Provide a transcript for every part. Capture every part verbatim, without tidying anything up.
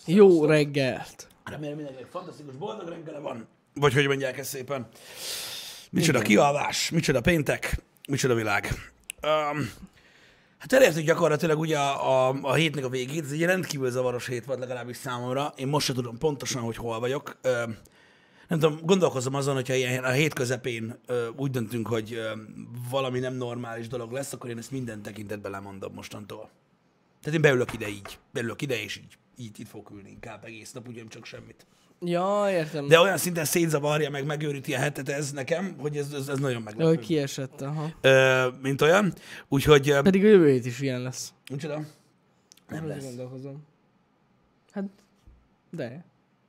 Jó reggelt! Remélem mindenkinek fantasztikus, boldog reggele van. Vagy hogy mondják ezt szépen. Micsoda kialvás, micsoda péntek, micsoda világ. Um, hát elértük gyakorlatilag ugye a, a, a hétnek a végét. Ez egy rendkívül zavaros hét volt legalábbis számomra. Én most sem tudom pontosan, hogy hol vagyok. Um, nem tudom, gondolkozom azon, hogyha ilyen a hét közepén uh, úgy döntünk, hogy uh, valami nem normális dolog lesz, akkor én ezt minden tekintetben lemondom mostantól. Tehát én beülök ide így, beülök ide, és így, így itt fogok ülni inkább egész nap, ugyan csak semmit. Ja, értem. De olyan szinten szétzavarja, meg megőríti a hetet ez nekem, hogy ez, ez, ez nagyon meglepő. Hogy kiesett, aha. Ö, mint olyan, úgyhogy... ö, Pedig a jövő hét is ilyen lesz. Micsoda? Nem Nem lesz. gondolkozom. Hát, de.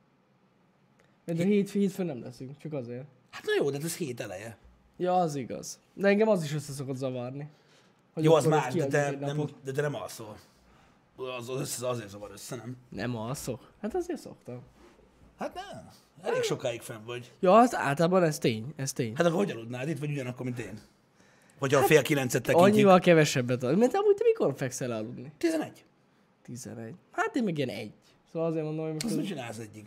De hét hétfőn nem leszünk, csak azért. Hát na jó, de ez hét eleje. Ja, az igaz. De engem az is össze szokott zavarni. Hogy Jó, az akkor már, de kiadjuk te, egy nem, napot. de te nem alszol. Az, az össze, azért zavar össze, nem? Nem alszok. Hát azért szoktam. Hát nem. Elég sokáig fenn vagy. Ja, az általában ez tény, ez tény. Hát akkor hogy aludnád itt, vagy ugyanakkor, mint én? Vagy a fél kilencet tekintjük? Annyival kevesebbet ad. Mert amúgy te mikor fekszel aludni? tizenegy. tizenegy. Hát én meg ilyen egy. Szóval azért mondom, hogy most Azt ez... mit csinálsz egyig?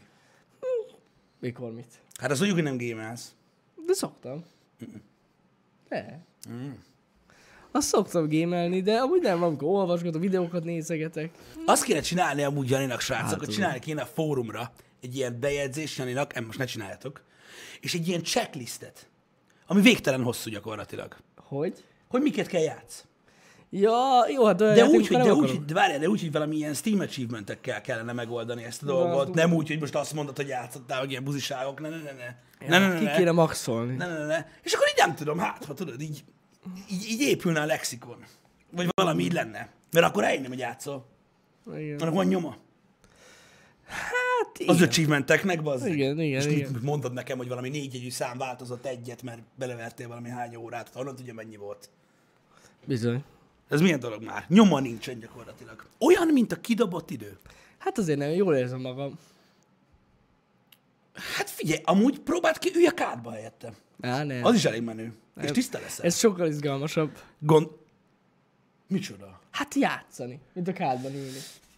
Mikor mit? Hát azt mondjuk, hogy nem gémelsz. De szoktam. De. Azt szoktam gémelni, de amúgy nem, amikor olvasgatok, videókat nézegetek. Azt kéne csinálni amúgy Janinak, srácok, Hát, hogy csinálni kéne a fórumra egy ilyen bejegyzés Janinak, em, most ne csináljátok, és egy ilyen checklistet, ami végtelen hosszú gyakorlatilag. Hogy? Hogy miket kell játsz. Ja, jó, hát olyan De játékokat úgy, hogy, nem de, akarok. úgy, hogy- de várjál, de úgy, hogy valami ilyen Steam achievementekkel kellene megoldani ezt a dolgot. az Nem úgy, hogy most azt mondod, hogy játszottál, hogy ilyen buziságok, ne, ne, ne, ne. Ja, ne, ne, ne, ki ne. kéne maxolni. Ne, ne, ne, ne. És akkor így nem tudom, hát, ha tudod, így, így, így épülne a lexikon. Vagy valami így lenne. Mert akkor eljönnem, hogy játszol. Igen. Annak van nyoma. Hát Az igen. achievementeknek, bazd. Igen, igen, és igen. mit mondod nekem, hogy valami négyjegyű szám változott egyet, mert belevertél valami hány órát, honnan tudja, mennyi volt. Bizony. Ez milyen dolog már? Nyoma nincsen gyakorlatilag. Olyan, mint a kidobott idő. Hát azért nem, jól érzem magam. Hát figyelj, amúgy próbáld ki, ülj a kádba helyette. Á, nem. Az is elég menő. És Ez- tiszta leszel. Ez sokkal izgalmasabb. Gond... Micsoda? Hát játszani, mint a kádban ülni.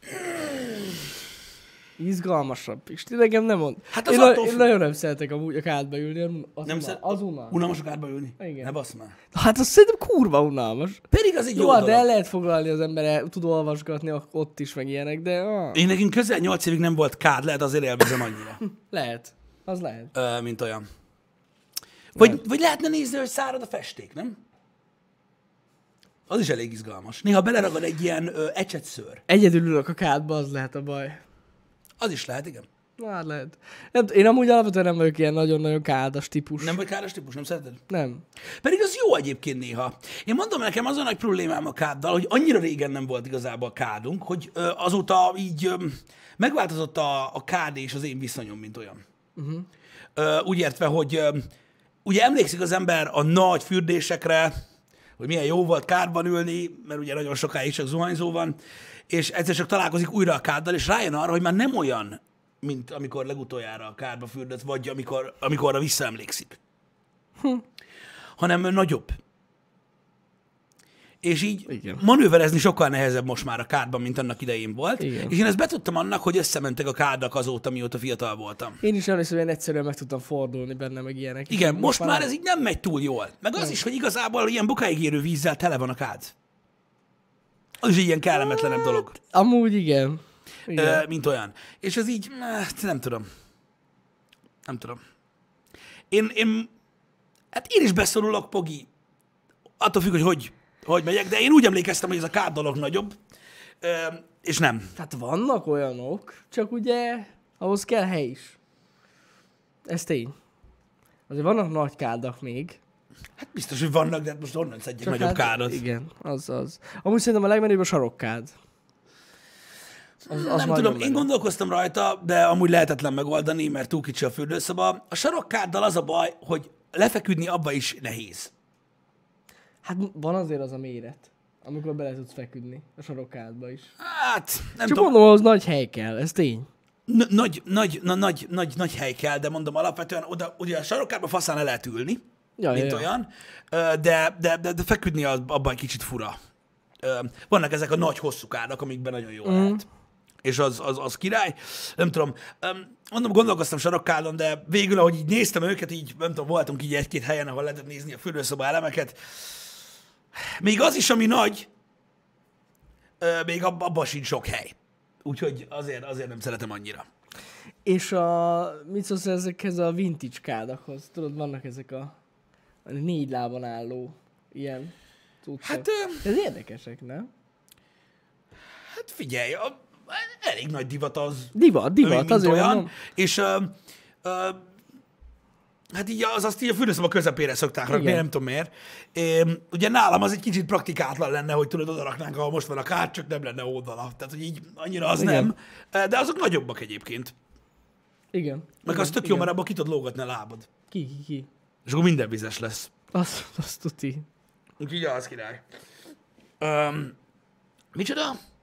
Izgalmasabb. És ti nekem nem mond. Hát az én, attól én függ. nagyon nem szeretek amúgy a kádba ülni. Az Nem unal- szeret? Az unalmas. Unalmas a kádba ülni? Igen. Ne bassz már. Hát azt szerintem kurva unalmas. Pedig az egy jó, Jó, dolog. de el lehet foglalni az ember, el tud olvasgatni ak- ott is, meg ilyenek, de ah, Én nekünk közel nyolc évig nem volt kád, lehet azért élvezem annyira, lehet. Az lehet. ö, mint olyan. Vagy, vagy lehetne nézni, hogy szárad a festék, nem? Az is elég izgalmas. Néha beleragad egy ilyen ö, ecsetszőr. Egyedül ülök a kádba, az lehet a baj. Az is lehet, igen. Na, hát lehet. Nem, t- én amúgy alapvetően nem vagyok ilyen nagyon-nagyon kádas típus. Nem vagy káros típus, nem szereted? Nem. Pedig az jó egyébként néha. Én mondom, nekem az a nagy problémám a káddal, hogy annyira régen nem volt igazából kádunk, hogy ö, azóta így ö, megváltozott a, a kád és az én viszonyom, mint olyan. Uh-huh. Ö, úgy értve, hogy ö, ugye emlékszik az ember a nagy fürdésekre, hogy milyen jó volt kádban ülni, mert ugye nagyon sokáig csak zuhanyzó van, és egyszer csak találkozik újra a káddal, és rájön arra, hogy már nem olyan, mint amikor legutoljára a kádba fürdött, vagy amikor, amikorra visszaemlékszik. Hm. Hanem nagyobb. És így Igen. manőverezni sokkal nehezebb most már a kádban, mint annak idején volt. Igen. És én ezt betudtam annak, hogy összementek a kádak azóta, mióta fiatal voltam. Én is emlékszem, hogy én egyszerűen meg tudtam fordulni benne, meg ilyenek. Igen, most már nem. ez így nem megy túl jól. Meg az is, hogy igazából ilyen bokáig érő vízzel tele van a kád. Az is egy ilyen kellemetlenebb dolog, Amúgy igen. Igen. ö, mint olyan. És ez így, hát nem tudom. Nem tudom. Én, én, hát én is beszorulok, Pogi. Attól függ, hogy hogy, hogy megyek, de én úgy emlékeztem, hogy ez a kád dolog nagyobb, ö, és nem. Hát vannak olyanok, csak ugye ahhoz kell hely is. Ez tény. Azért vannak nagy kádak még. Hát biztos, hogy vannak, de hát most onnan szedjek Csak nagyobb hát, kádat. Igen, az az. Amúgy szerintem a legmenőbb a sarokkád. Az, az Nem nagyon tudom, menő. én gondolkoztam rajta, de amúgy lehetetlen megoldani, mert túl kicsi a fürdőszoba. A sarokkáddal az a baj, hogy lefeküdni abba is nehéz. Hát van azért az a méret, amikor bele tudsz feküdni a sarokkádba is. Hát, nem Csak tudom, mondom, ahhoz nagy hely kell, ez tény. n- nagy, nagy, na, nagy, nagy, nagy hely kell, de mondom, alapvetően oda, ugye a sarokkádba faszán le lehet ülni, Ja, mint ja, ja. olyan, Ö, de, de, de, de feküdni az- abban egy kicsit fura. Ö, Vannak ezek a nagy hosszú kádak, amikben nagyon jó Mhm. lehet. és az, az, az király. Nem tudom, mondom, gondolkoztam sarokkádon, de végül, ahogy így néztem őket, így nem tudom, voltunk így egy-két helyen, ahol lehetett nézni a fürdőszoba elemeket. Még az is, ami nagy, még abban sincs sok hely. Úgyhogy azért, azért nem szeretem annyira. És a, mit szólsz ezekhez a vintage kádakhoz? Tudod, vannak ezek a, a négy lábon álló ilyen cuccok. Hát, ez érdekesek, nem? Hát figyelj, a, elég nagy divat az. Divat, divat, azért olyan. mondom. És uh, uh, hát így az azt így a fürdőszoba közepére szokták rakni, nem tudom miért. É, ugye nálam az egy kicsit praktikátlan lenne, hogy tudod, oda raknánk, ahol most van a kád, csak nem lenne oldala. Tehát, hogy így annyira az igen. nem. De azok nagyobbak egyébként. Igen. Meg igen, az tök igen. jó, mert abban ki tudod lógatni a lábad. Ki, ki, ki. És akkor minden vizes lesz. Azt, azt tuti. Úgyhogy az király. Um, micsoda?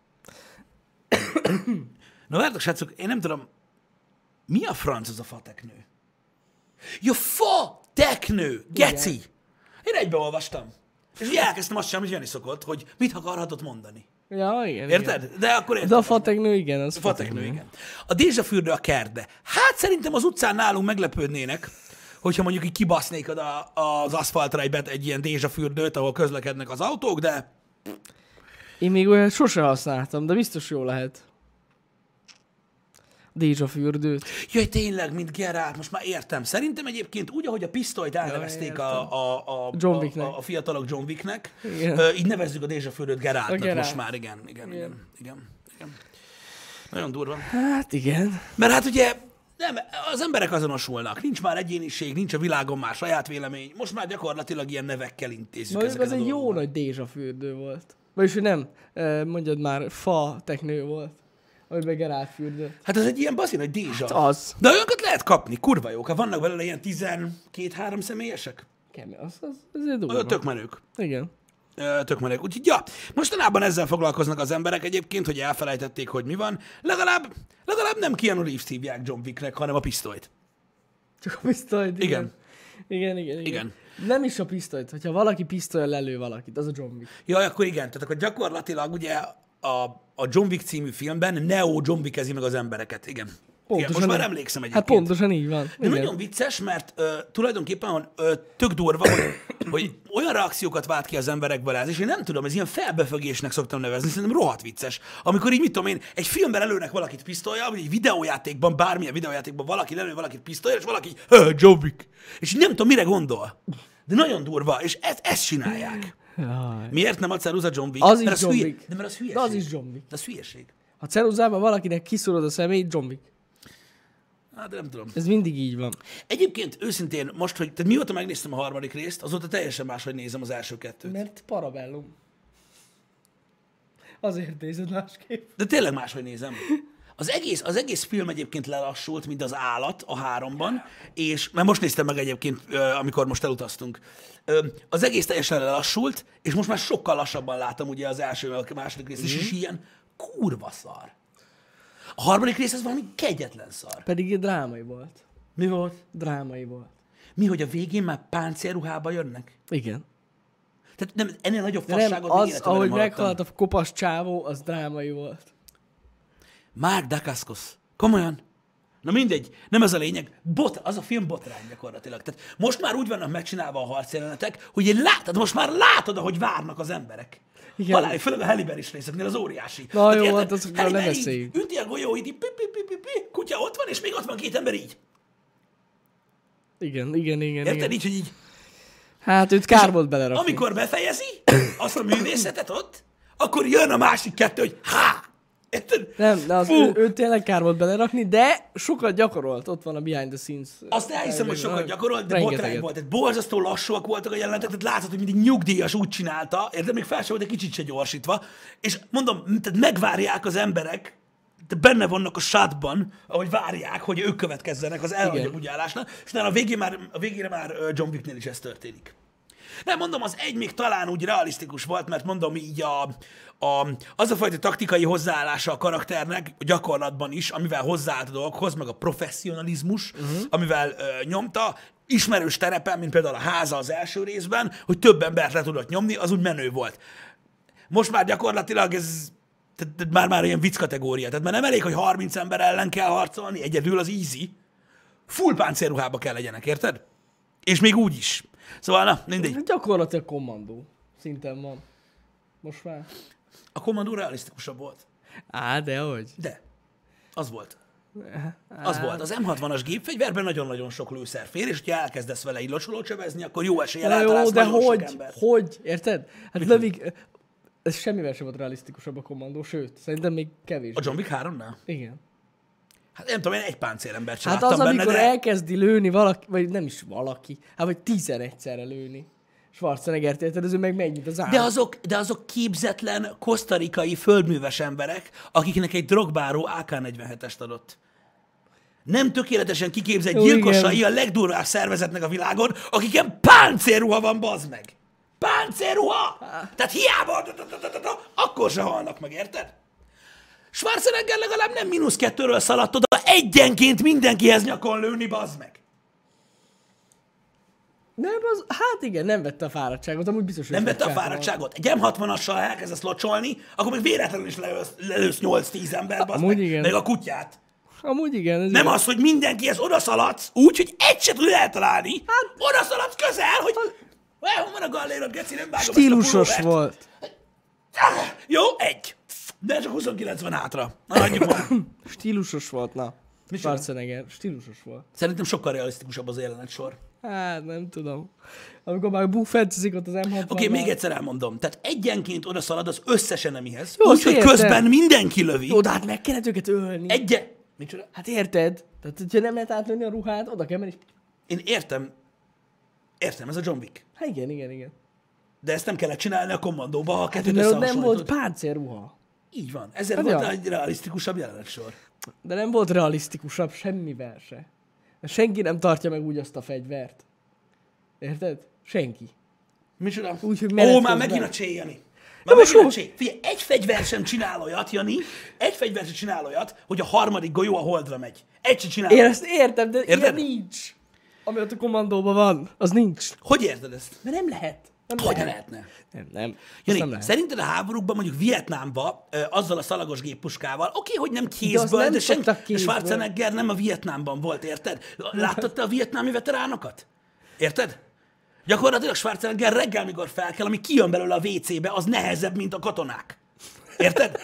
Na vártok, srácok, én nem tudom, mi a franc az a fateknő? Ja, fateknő! Geci! Igen. Én egybeolvastam. És így elkezdtem azt sem, hogy Jani szokott, hogy mit akarhatott mondani. Ja, igen. Érted? Igen. De akkor érted. De a fateknő, igen, az a fateknő, fateknő, igen. A dézsafürdő a kertbe. Hát szerintem az utcán nálunk meglepődnének, hogyha mondjuk így kibasznék oda az aszfaltra egy, bet, egy ilyen dézsafürdőt, ahol közlekednek az autók, de... Én még olyan sose használtam, de biztos jó lehet. Dézsafürdőt. Jaj, tényleg, mint Geralt, most már értem. Szerintem egyébként úgy, ahogy a pisztolyt elnevezték ja, a, a, a, John a, a fiatalok John Wicknek, igen. így nevezzük a dézsafürdőt Geraltnak Geralt. most már, igen, igen, igen, igen, igen, igen. Nagyon durva. Hát igen. Mert hát ugye nem, az emberek azonosulnak, nincs már egyéniség, nincs a világon már saját vélemény, most már gyakorlatilag ilyen nevekkel intézzük Na, ezeket az a egy jó dolgokat. nagy dézsafürdő volt. Vagyis, hogy nem, mondjad már, fa teknő volt, amiben Geralt fürdött. Hát ez egy ilyen bazi nagy dézsa. Hát az. De olyanokat lehet kapni, kurva jók. Hát vannak belőle ilyen tizenkét-három személyesek. Kemény, az, az, az egy durva. Ö, Tök menők. Igen. Ö, Tök menők. Úgyhogy ja, mostanában ezzel foglalkoznak az emberek egyébként, hogy elfelejtették, hogy mi van. Legalább, legalább nem Keanu Reeves hívják John Wicknek, hanem a pisztolyt. Csak a pisztolyt, igen. Igen, igen, igen. igen. Igen. Nem is a pisztolyt, hogyha valaki pisztolyal lelő valakit, az a John Wick. Jaj, akkor igen. Tehát akkor gyakorlatilag ugye a, a John Wick című filmben Neo John Wickezi meg az embereket. Igen. Igen, most már emlékszem egyébként. Hát pontosan így van. De igen. Nagyon vicces, mert ö, tulajdonképpen ö, tök durva, hogy, hogy olyan reakciókat vált ki az emberekből ez, és én nem tudom, ez ilyen felbefögésnek szoktam nevezni, szerintem rohadt vicces. Amikor így, mit tudom én, egy filmben lelőnek valakit pisztollyal, vagy egy videójátékban, bármilyen videójátékban valaki lelő valakit pisztollyal, és valaki, John Wick. És így nem tudom, mire gondol. De nagyon durva, és ezt, ezt csinálják. Jaj. Miért nem a ceruza John Wick? Az is mert az John hülye... Wick. De mert az hülyeség. De az is John Wick. De az hülyeség. Ha ceruzában valakinek kiszorod a szemét, John Wick. Hát nem tudom. Ez mindig így van. Egyébként őszintén most, hogy tehát mióta megnéztem a harmadik részt, azóta teljesen máshogy nézem az első kettőt. Mert parabellum. Azért nézed másképp. De tényleg máshogy nézem. Az egész, az egész film egyébként lelassult, mint az állat a háromban, és mert most néztem meg egyébként, amikor most elutaztunk. Az egész teljesen lelassult, és most már sokkal lassabban látom ugye az első, a második részt, mm-hmm. és ilyen kurva szar. A harmadik rész az valami kegyetlen szar. Pedig drámai volt. Mi volt? Drámai volt. Mi, hogy a végén már páncélruhába jönnek? Igen. Tehát nem, ennél nagyobb De fasságot nem, még az, életemben ahogy nem hallottam. meghalt a kopas csávó, az drámai volt. Mark Dacascos. Komolyan? Na mindegy, nem ez a lényeg. Bot, az a film botrány gyakorlatilag. Tehát most már úgy vannak megcsinálva a harcjelenetek, hogy én látod, most már látod, ahogy várnak az emberek. Igen. Halál, főleg a Haliberis részeknél, az óriási. Na Tehát jó, érted? hát azokról Halle ne Berry beszéljünk. így Ünti a golyó, így pi, pi, pi, pi, pi, kutya ott van, és még ott van két ember így. Igen, igen, igen. Érted? igen. Így, hogy így. Hát őt kár volt belerakni. Amikor befejezi azt a művészetet ott, akkor jön a másik kettő, hogy há! Érted? Nem, de az Fú! ő, őt tényleg kár volt belerakni, de sokat gyakorolt. Ott van a behind the scenes. Azt elhiszem, hogy sokat gyakorolt, de Rengeteget. botrány volt. Tehát borzasztó lassúak voltak a jelenetek, tehát látszott, hogy mindig nyugdíjas úgy csinálta, érted? Még fel sem volt egy kicsit se gyorsítva. És mondom, tehát megvárják az emberek, de benne vannak a shotban, ahogy várják, hogy ők következzenek az elhagyom úgy állásnál, és utána a, végén már, a végére már John Wicknél is ez történik. Nem, mondom, az egy még talán úgy realisztikus volt, mert mondom így a, a, az a fajta taktikai hozzáállása a karakternek a gyakorlatban is, amivel hozzáállt a dolgokhoz, meg a professzionalizmus, uh-huh. amivel ö, nyomta, ismerős terepen, mint például a háza az első részben, hogy több embert le tudott nyomni, az úgy menő volt. Most már gyakorlatilag ez Tehát, tehát már, már ilyen vicc kategória. Tehát már nem elég, hogy harminc ember ellen kell harcolni, egyedül az easy. Full páncélruhába kell legyenek, érted? És még úgy is. Szóval, na, mindegy. Hát gyakorlatilag kommandó szinten van. Most már. A kommandó realisztikusabb volt. Á, de hogy? De. Az volt. Az volt. Az em hatvanas gépfegyverben nagyon-nagyon sok lőszer fér, és ha elkezdesz vele így locsolócsebezni, akkor jó eséllyel Na eltalálsz jó, de nagyon sok hogy? embert. Hogy? Érted? Hát lövik... Ez semmivel sem volt realisztikusabb a kommandó, sőt, szerintem még kevés. A John Wick háromnál? Igen. Hát nem tudom, én egy páncélembert sem Hát láttam az, benne, amikor de... elkezdi lőni valaki, vagy nem is valaki, hát vagy tízen egyszerre lőni. Schwarzeneggert, érted? Ez ő meg megy, mint az állat. De azok, de azok képzetlen kosztarikai földműves emberek, akiknek egy drogbáró á ká negyvenhetest adott. Nem tökéletesen kiképzett Jó, gyilkosai igen. a legdurvább szervezetnek a világon, akiken páncélruha van, bazd meg! Páncélruha! Tehát hiába, akkor se halnak meg, érted? Schwarzenegger legalább nem mínusz kettőről szaladt oda, egyenként mindenkihez nyakon lőni, bazd meg! Nem, az, hát igen, nem vette a fáradtságot, amúgy biztos, hogy Nem vette a fáradtsága van. fáradtságot. Egy em hatvanassal elkezdesz locsolni, akkor még véletlenül is lelősz, lelősz nyolc-tíz ember, bazd Amúgy meg, igen. meg a kutyát. Amúgy igen. Ez Nem igen. az, hogy mindenkihez odaszaladsz, úgy, hogy egy se tud eltalálni. Hát, odaszaladsz közel, hogy... Hol van a gallérod, geci, nem vágom ezt a Stílusos pulóvert. volt. Jó, egy. De csak huszonkilenc van hátra. Na, adjuk már. Stílusos volt, na. Micsoda? Schwarzenegger. Stílusos volt. Szerintem sokkal realisztikusabb az jelenet sor. Hát, nem tudom. Amikor már búfentezik ott az em hatvan. Oké, okay, még egyszer elmondom. Tehát egyenként odaszalad az összes enemihez. Jó, Úgy, hogy értem. közben mindenki lövi. Jó, de hát meg kellett őket ölni. Egye... Micsoda? Hát érted? Tehát, hogyha nem lehet átlőni a ruhát, oda kell menni. Én értem. Értem, ez a John Wick. Hát igen, igen, igen. De ezt nem kellett csinálni a kommandóba, ha a Hát, kettőt mert ott nem volt összehasonlítod. páncélruha. Így van. Ezért Hát volt ja. egy realisztikusabb jelenetsor. De nem volt realisztikusabb semmivel se. Mert senki nem tartja meg úgy azt a fegyvert. Érted? Senki. Micsoda? Úgy, hogy Ó, menet már közben. megint a Csé, Jani. Már most megint a most- Csé. Figyelj, egy fegyver sem csinál olyat, Jani. Egy fegyver sem csinál olyat, hogy a harmadik golyó a holdra megy. Egy sem csinál. Én olyat. ezt értem, de Érted? ilyen nincs. Ami ott a kommandóban van, az nincs. Hogy érted ezt? Mert nem lehet. Nem Hogy ne lehet. lehetne? Nem, nem. Azt Jani, nem lehet. szerinted a háborúkban, mondjuk Vietnámban, ö, azzal a szalagos géppuskával, oké, okay, hogy nem kézből, azt de, nem de senki, szoktak de kézből. Schwarzenegger nem a Vietnámban volt, érted? Láttad te a vietnámi veteránokat? Érted? Gyakorlatilag Schwarzenegger reggel, mikor felkel, ami kijön belőle a vé cébe, az nehezebb, mint a katonák. Érted?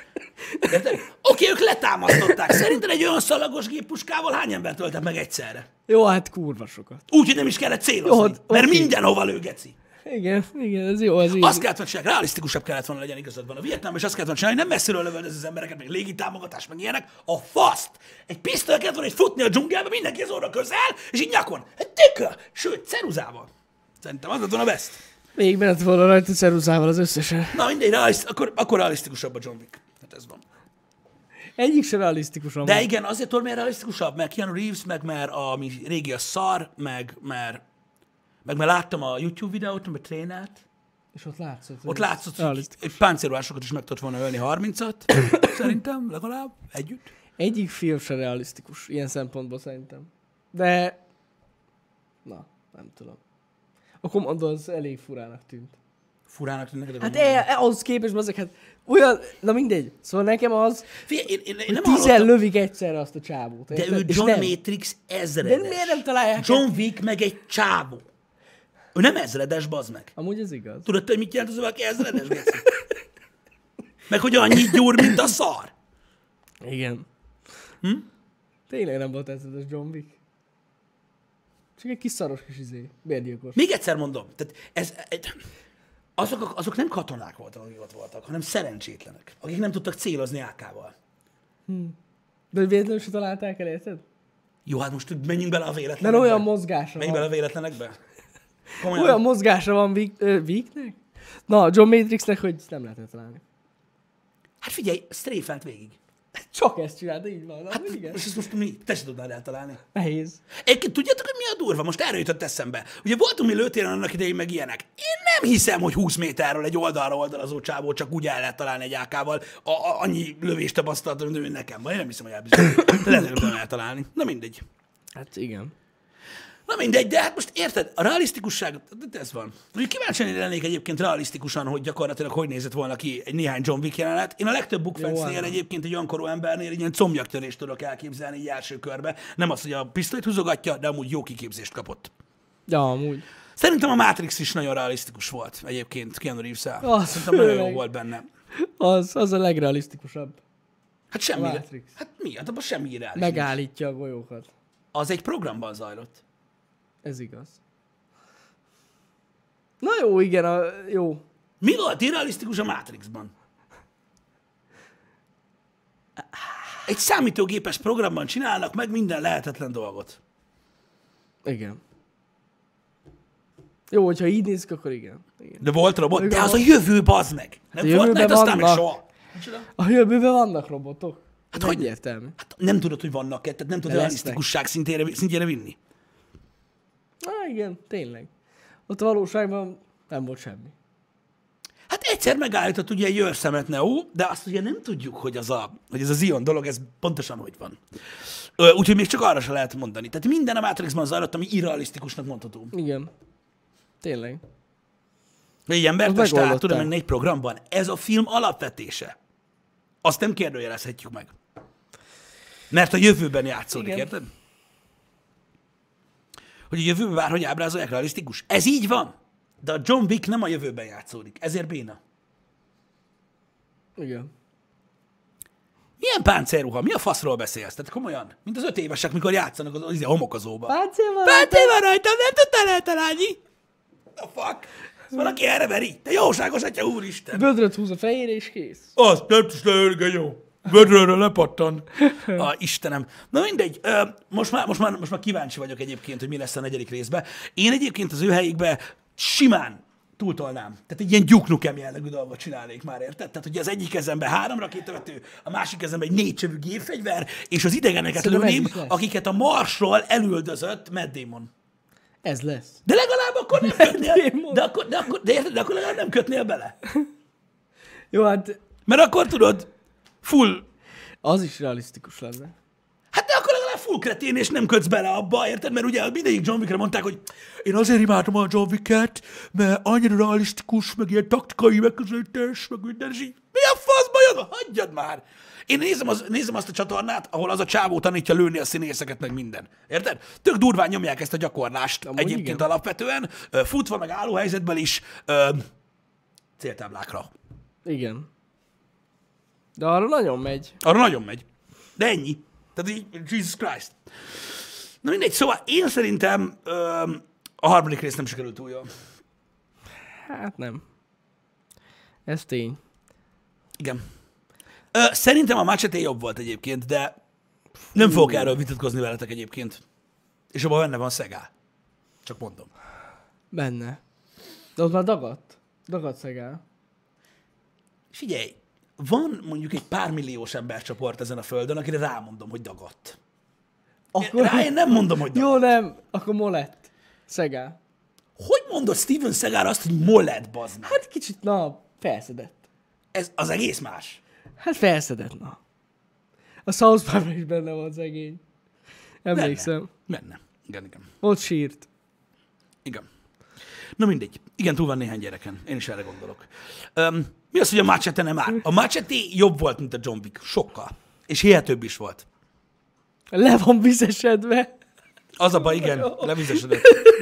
Érted? Oké, ők letámasztották. Szerinted egy olyan szalagos géppuskával hány embert öltek meg egyszerre? Jó, hát kurva sokat. Úgy, hogy nem is kellett célozni, Jó, mert oké. mindenhova lő, geci. Igen, igen, ez jó, ez így. Azt kellett volna csinálni, realisztikusabb kellett volna legyen igazad van a Vietnám, és azt kellett volna csinálni, hogy nem messziről lövöldöz az embereket, meg légitámogatás, meg ilyenek, a faszt. Egy pisztoly kellett volna, hogy futni a dzsungelbe, mindenki az óra közel, és így nyakon. Egy tükör, sőt, ceruzával. Szerintem az lett volna best. Még bent volna rajta ceruzával az összesen. Na mindegy, realiszt, akkor, akkor realisztikusabb a John Wick. Hát ez van. Egyik se realisztikusan De van. igen, azért tudod, miért realisztikusabb? Mert Keanu Reeves, meg mert a ami régi a szar, meg mert, meg mert láttam a YouTube videót, meg trénát, És ott látszott. ott hogy látszott, hogy realisztikus. egy páncélruhásokat is meg tudott volna ölni harmincat, szerintem, legalább, együtt. Egyik film se realisztikus, ilyen szempontból szerintem. De... Na, nem tudom. A kommandó az elég furának tűnt. Furának tűnnek, de Hát gondolom. e, e, ahhoz képest azok, hát olyan... Na mindegy. Szóval nekem az, Figyelj, én, én, én nem tízen hallottam, lövik egyszerre azt a csávót. de érted? ő És John nem. Matrix De ezredes. miért nem találják John el? Wick meg egy csávó. Ő nem ezredes, bazd meg. Amúgy ez igaz. Tudod, te, hogy mit jelent az, hogy valaki ezredes, geci? Meg hogy annyit gyúr, mint a szar. Igen. Hm? Tényleg nem volt ez a John Wick. Csak egy kis szaros kis izé. Bérgyilkos. Még egyszer mondom, tehát ez, azok, azok nem katonák voltak, akik ott voltak, hanem szerencsétlenek, akik nem tudtak célozni á ká-val. De véletlenül se találták el, érted? Jó, hát most menjünk bele a De véletlenekbe. olyan mozgása Menjünk bele van. a véletlenekbe. Komolyan. Olyan mozgása van Wick, ö, Wicknek? Na, John Matrixnek, hogy ezt nem lehetett találni. Hát figyelj, strafelt végig. Csak ezt csinálta, így van. Hát Hát, igen. most ezt most mi? Te se tudnád eltalálni. Nehéz. Egyébként tudjátok, hogy mi a durva? Most erről jutott eszembe. Ugye voltunk mi lőtéren annak idején meg ilyenek. Én nem hiszem, hogy húsz méterről egy oldalra oldalazó csávó csak úgy el lehet találni egy á ká-val. A, a, annyi lövést tapasztaltam, mint nekem van. Én nem hiszem, hogy elbizonyos. Lehet, hogy nem tudom eltalálni. Na mindegy. Hát igen. Na mindegy, de hát most érted, a realisztikusság, ez van. Úgy kíváncsi lennék egyébként realisztikusan, hogy gyakorlatilag hogy nézett volna ki egy néhány John Wick jelenet. Én a legtöbb bukfencnél egyébként egy olyan korú embernél egy ilyen combjaktörést tudok elképzelni így első körbe. Nem az, hogy a pisztolyt húzogatja, de amúgy jó kiképzést kapott. Ja, amúgy. Szerintem a Matrix is nagyon realisztikus volt egyébként Keanu Reeves-el. Az Szerintem nagyon jó főleg. volt benne. Az, az a legrealisztikusabb. Hát semmi. Matrix. Hát mi? Hát abban semmi reális. Megállítja a golyókat. Az egy programban zajlott. Ez igaz. Na jó, igen, a, jó. Mi volt irrealisztikus a Matrixban? Egy számítógépes programban csinálnak meg minden lehetetlen dolgot. Igen. Jó, hogyha így nézzük, akkor igen. igen. De volt robot, Még de a- az a jövő, bazd meg. Nem A jövőben Fortnite, aztán meg vannak. soha. Micsoda? A jövőben vannak robotok. Hát Ez hogy- egyértelmű. Hát nem tudod, hogy vannak, tehát nem tudod De realisztikusság szintjére, szintjére vinni. Na igen, tényleg. Ott a valóságban nem volt semmi. Hát egyszer megállított ugye egy őrszemet Neo, de azt ugye nem tudjuk, hogy, az a, hogy ez az Zion dolog, ez pontosan hogy van. Ö, Úgyhogy még csak arra se lehet mondani. Tehát minden a Matrixban zajlott, ami irrealisztikusnak mondható. Igen. Tényleg. Egy embertest megoldották. át tudom menni egy programban. Ez a film alapvetése. Azt nem kérdőjelezhetjük meg. Mert a jövőben játszódik, Igen. érted? Hogy a jövőben bárhogy ábrázolják realisztikus. Ez így van. De a John Wick nem a jövőben játszódik. Ezért béna. Igen. Milyen páncélruha? Mi a faszról beszélsz? Tehát komolyan? Mint az öt évesek, mikor játszanak az, az, az homokozóba. Páncél van? Páncél van rajtam, nem tudtál eltalálni? The fuck? Valaki erre veri? Te jóságos atya, úristen! Bödröt húz a fejére és kész. Az, nem tudsz leölni, jó. Bödrőről lepattan. A Istenem. Na mindegy, ö, most már, most, már, most már kíváncsi vagyok egyébként, hogy mi lesz a negyedik részben. Én egyébként az ő helyükbe simán túltolnám. Tehát egy ilyen Duke Nukem jellegű dolgot csinálnék már, érted? Tehát, hogy az egyik kezemben három rakétavető, a másik kezemben egy négy csövű gépfegyver, és az idegeneket Szerintem ez lőném, is lesz. akiket a Marsról elüldözött Matt Damon. Ez lesz. De legalább akkor nem kötnél, Damon. de akkor, de akkor, de érted, de akkor legalább nem kötnél bele. Jó, hát Mert akkor tudod, full. az is realisztikus lenne. Hát de akkor legalább full kretén, és nem kötsz bele abba, érted? Mert ugye mindegyik John Wickre mondták, hogy én azért imádom a John Wicket, mert annyira realisztikus, meg ilyen taktikai megközelítés, meg minden, és így, mi a fasz bajod van? Hagyjad már! Én nézem, az, nézem azt a csatornát, ahol az a csávó tanítja lőni a színészeket, meg minden. Érted? Tök durván nyomják ezt a gyakorlást Amúgy egyébként igen. alapvetően, ö, futva, meg állóhelyzetben is, ö, céltáblákra. Igen. De arra nagyon megy. Arra nagyon megy. De ennyi. Tehát így, Jesus Christ. Na mindegy, szóval én szerintem ö, a harmadik rész nem sikerült túl jól. Hát nem. Ez tény. Igen. Ö, szerintem a Machete jobb volt egyébként, de nem fogok erről vitatkozni veletek egyébként. És abban benne van Szegál. Csak mondom. Benne. De ott már dagadt. Dagadt szegál. Figyelj, van mondjuk egy pár milliós embercsoport ezen a földön, akire rámondom, hogy dagadt. Akkor... Rá én nem mondom, hogy dagadt. Jó, nem. Akkor molett. Szegál. Hogy mondod Steven Seagal azt, hogy mollet, bazd meg? Hát kicsit, na, felszedett. Ez az egész más. Hát felszedett, na. A South Parkban is benne volt szegény. Emlékszem. Benne. Igen, igen. Ott sírt. Igen. Na mindegy. Igen, túl van néhány gyereken. Én is erre gondolok. Um, mi az, hogy a Machete nem áll? A Machete jobb volt, mint a John Wick. Sokkal. És hihetőbb is volt. Le van vizesedve. Az a baj, igen, levizesedett.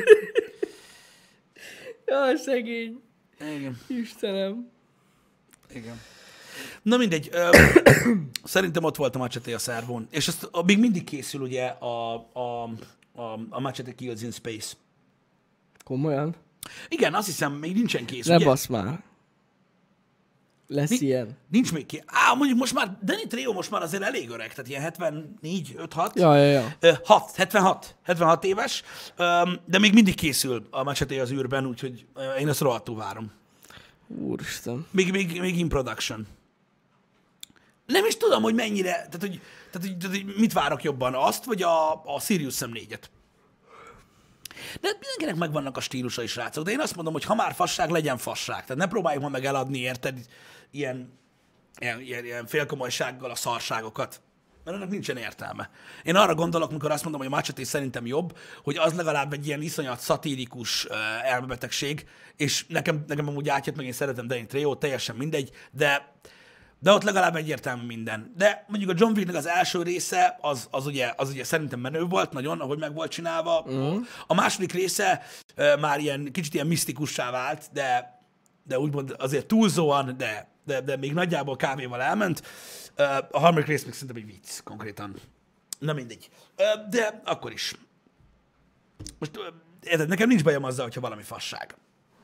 Jaj, szegény. Igen, Istenem. igen. Na mindegy. Ö, szerintem ott volt a Machete a szervón. És azt a, még mindig készül ugye a, a, a, a Machete Kills in Space. Komolyan? Igen, azt hiszem, még nincsen kész. Ne ugye? basz már. Lesz Mi- ilyen. Nincs még ki. Á, mondjuk most már, Danny Trejo most már azért elég öreg, tehát ilyen hetvennégy, öt hat. Ja, ja, ja. Ö, hat, hetvenhat, hetvenhat éves, Öm, de még mindig készül a Machete az űrben, úgyhogy ö, én ezt rohadtul várom. Úristen. Még, még, még in production. Nem is tudom, hogy mennyire, tehát hogy, tehát, hogy, tehát, hogy mit várok jobban, azt, vagy a, a Sirius Sam négyet. De mindenkinek megvannak a stílusai, srácok, de én azt mondom, hogy ha már fasság, legyen fasság. Tehát ne próbáljuk ma meg eladni, érted, ilyen, ilyen, ilyen, ilyen félkomolysággal a szarságokat. mert annak nincsen értelme. Én arra gondolok, amikor azt mondom, hogy a Machete szerintem jobb, hogy az legalább egy ilyen iszonyat szatirikus uh, elmebetegség, és nekem, nekem amúgy átjött, meg én szeretem Danny Trejo, teljesen mindegy, de, de ott legalább egyértelmű minden. De mondjuk a John Wicknek az első része, az, az, ugye, az ugye szerintem menő volt, nagyon, ahogy meg volt csinálva. Mm. A második része uh, már ilyen, kicsit ilyen misztikussá vált, de, de úgymond azért túlzóan, de, de, de még nagyjából kávéval elment. Uh, a harmadik rész még szerintem egy vicc, konkrétan. Na mindegy. Uh, de akkor is. Most uh, érted, nekem nincs bajom azzal, hogyha valami fasság.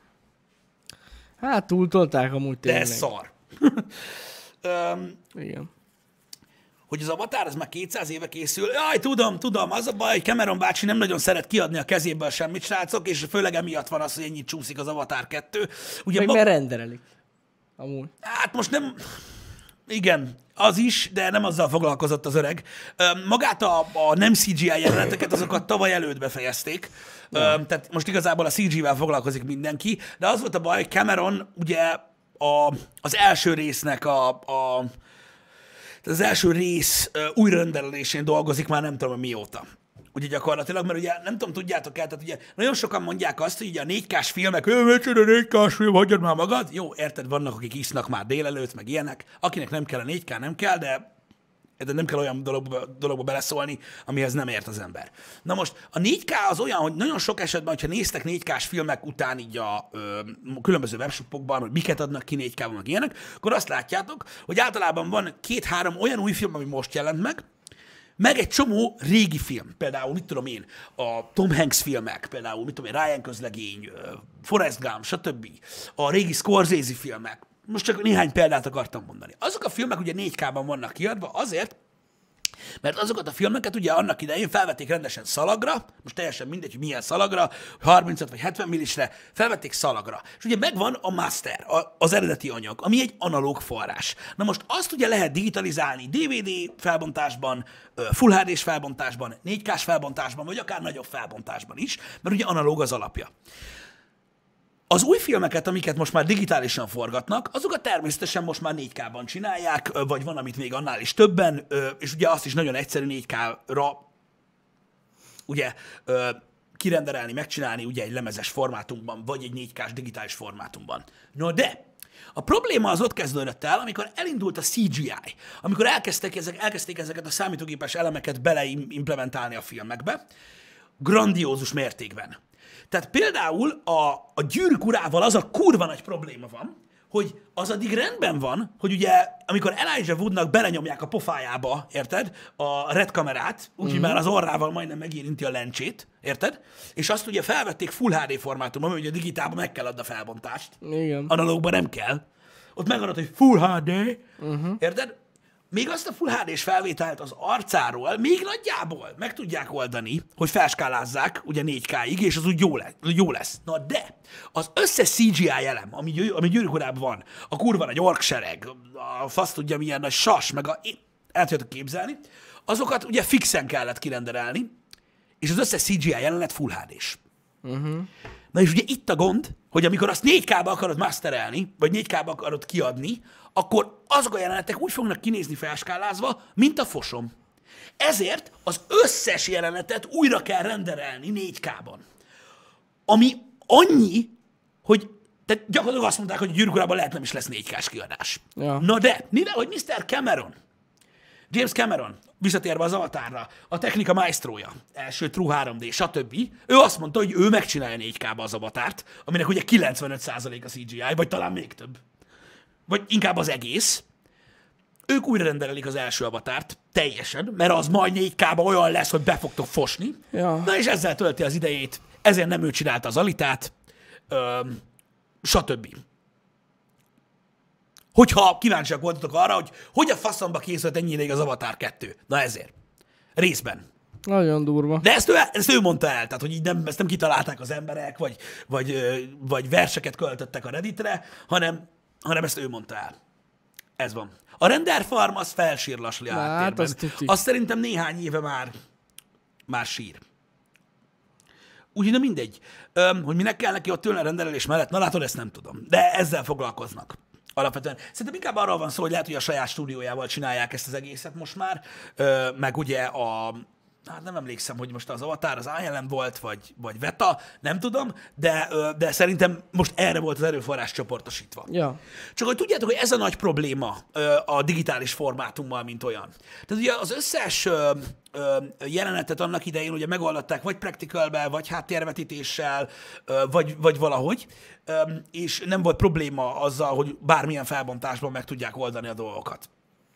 Hát túltolták amúgy tényleg. De ez szar. um, Igen. Hogy az Avatar, az már kétszáz éve készül. Jaj, tudom, tudom, az a baj, hogy Cameron bácsi nem nagyon szeret kiadni a kezéből semmit, srácok, és főleg emiatt van az, hogy ennyit csúszik az Avatar kettő. Ugye Meg ma... mert renderelik. Amúgy. Hát most nem... Igen, az is, de nem azzal foglalkozott az öreg. Magát a, a nem cé gé í jeleneteket, azokat tavaly előtt befejezték. Ja. Tehát most igazából a cé gé-vel foglalkozik mindenki, de az volt a baj, hogy Cameron ugye a, az első résznek a, a az első rész újrarendelésén dolgozik már nem tudom mióta. Ugye gyakorlatilag, mert ugye nem tudom, tudjátok el, tehát ugye nagyon sokan mondják azt, hogy ugye a négy kás filmek, ő, micsoda négy kás film, hagyjad már magad. Jó, érted, vannak, akik isznak már délelőtt, meg ilyenek. Akinek nem kell a négy ká, nem kell, de de nem kell olyan dologba, dologba beleszólni, amihez nem ért az ember. Na most, a négy ká az olyan, hogy nagyon sok esetben, hogyha néztek négy kás filmek után így a ö, különböző webshopokban, hogy miket adnak ki négy ká-ban, meg ilyenek, akkor azt látjátok, hogy általában van két-három olyan új film, ami most jelent meg, meg egy csomó régi film, például, mit tudom én, a Tom Hanks filmek, például, mit tudom én, Ryan közlegény, Forrest Gump, stb. A régi Scorsese filmek. Most csak néhány példát akartam mondani. Azok a filmek ugye négy ká-ban vannak kiadva azért, mert azokat a filmeket ugye annak idején felvették rendesen szalagra, most teljesen mindegy, hogy milyen szalagra, harmincöt vagy hetven millisre, felvették szalagra. És ugye megvan a master, az eredeti anyag, ami egy analóg forrás. Na most azt ugye lehet digitalizálni dé vé dé felbontásban, Full há dés felbontásban, négy ká-s felbontásban, vagy akár nagyobb felbontásban is, mert ugye analóg az alapja. Az új filmeket, amiket most már digitálisan forgatnak, azokat természetesen most már négy ká-ban csinálják, vagy van, amit még annál is többen, és ugye azt is nagyon egyszerű négy ká-ra ugye kirenderelni, megcsinálni ugye egy lemezes formátumban, vagy egy négy ká-s digitális formátumban. No de, a probléma az ott kezdődött el, amikor elindult a cé gé í, amikor elkezdték, ezek, elkezdték ezeket a számítógépes elemeket beleimplementálni a filmekbe, grandiózus mértékben. Tehát például a, a Gyűrűk urával az a kurva nagy probléma van, hogy az addig rendben van, hogy ugye, amikor Elijah Woodnak belenyomják a pofájába, érted, a red kamerát, úgyhogy mm-hmm. már az orrával majdnem megérinti a lencsét, érted? És azt ugye felvették Full há dé formátumban, mert ugye digitálban meg kell adni a felbontást. Igen. Analógban nem kell. Ott megadod, hogy Full há dé, uh-huh. érted? Még azt a Full há dés felvételt az arcáról még nagyjából meg tudják oldani, hogy felskálázzák ugye négy ká-ig, és az úgy jó lesz. Jó lesz. Na de, az összes cé gé í elem, ami, ami Gyűrűk urában van, a kurva nagy orksereg, a fasz tudja milyen nagy sas, meg a... el tudjátok képzelni, azokat ugye fixen kellett kirenderelni, és az összes cé gé í jelenet Full há dés. Uh-huh. Na és ugye itt a gond, hogy amikor azt négy ká-ba akarod masterelni, vagy négy ká-ba akarod kiadni, akkor azok a jelenetek úgy fognak kinézni felskálázva, mint a fosom. Ezért az összes jelenetet újra kell renderelni négy ká-ban. Ami annyi, hogy tehát gyakorlatilag azt mondták, hogy a Gyűrűk urában lehet nem is lesz négy ká-s kiadás. Ja. Na de, mivel, hogy miszter Cameron, James Cameron, visszatérve az Avatarra, a technika maestrója, első True három dé, stb. Ő azt mondta, hogy ő megcsinálja négy ká-ba az Avatárt, aminek ugye kilencvenöt százalék a cé gé í, vagy talán még több. Vagy inkább az egész. Ők újra rendelik az első Avatárt teljesen, mert az majd négy ká-ba olyan lesz, hogy be fogtok fosni. Ja. Na és ezzel tölti az idejét, ezért nem ő csinálta az Alitát, öm, stb. Hogyha kíváncsiak voltatok arra, hogy hogy a faszomba készült ennyi ideig az Avatar kettő. Na ezért. Részben. Nagyon durva. De ezt ő, ezt ő mondta el, tehát hogy így nem, ezt nem kitalálták az emberek, vagy, vagy, vagy verseket költöttek a Redditre, hanem, hanem ezt ő mondta el. Ez van. A render farm az felsírlasli a háttérben. Hát azt, azt szerintem néhány éve már, már sír. Úgyhogy na mindegy, Öm, hogy minek kell neki ott ülni a rendelés mellett, na látod, ezt nem tudom. De ezzel foglalkoznak. Alapvetően. Szerintem inkább arról van szó, hogy lehet, hogy a saját stúdiójával csinálják ezt az egészet most már, ö, meg ugye a, hát nem emlékszem, hogy most az Avatar, az I L M volt, vagy, vagy Veta, nem tudom, de, ö, de szerintem most erre volt az erőforrás csoportosítva. Ja. Csak hogy tudjátok, hogy ez a nagy probléma ö, a digitális formátummal, mint olyan. Tehát ugye az összes ö, ö, jelenetet annak idején ugye megoldották vagy practicalbe, vagy háttérvetítéssel, ö, vagy, vagy valahogy, ö, és nem volt probléma azzal, hogy bármilyen felbontásban meg tudják oldani a dolgokat.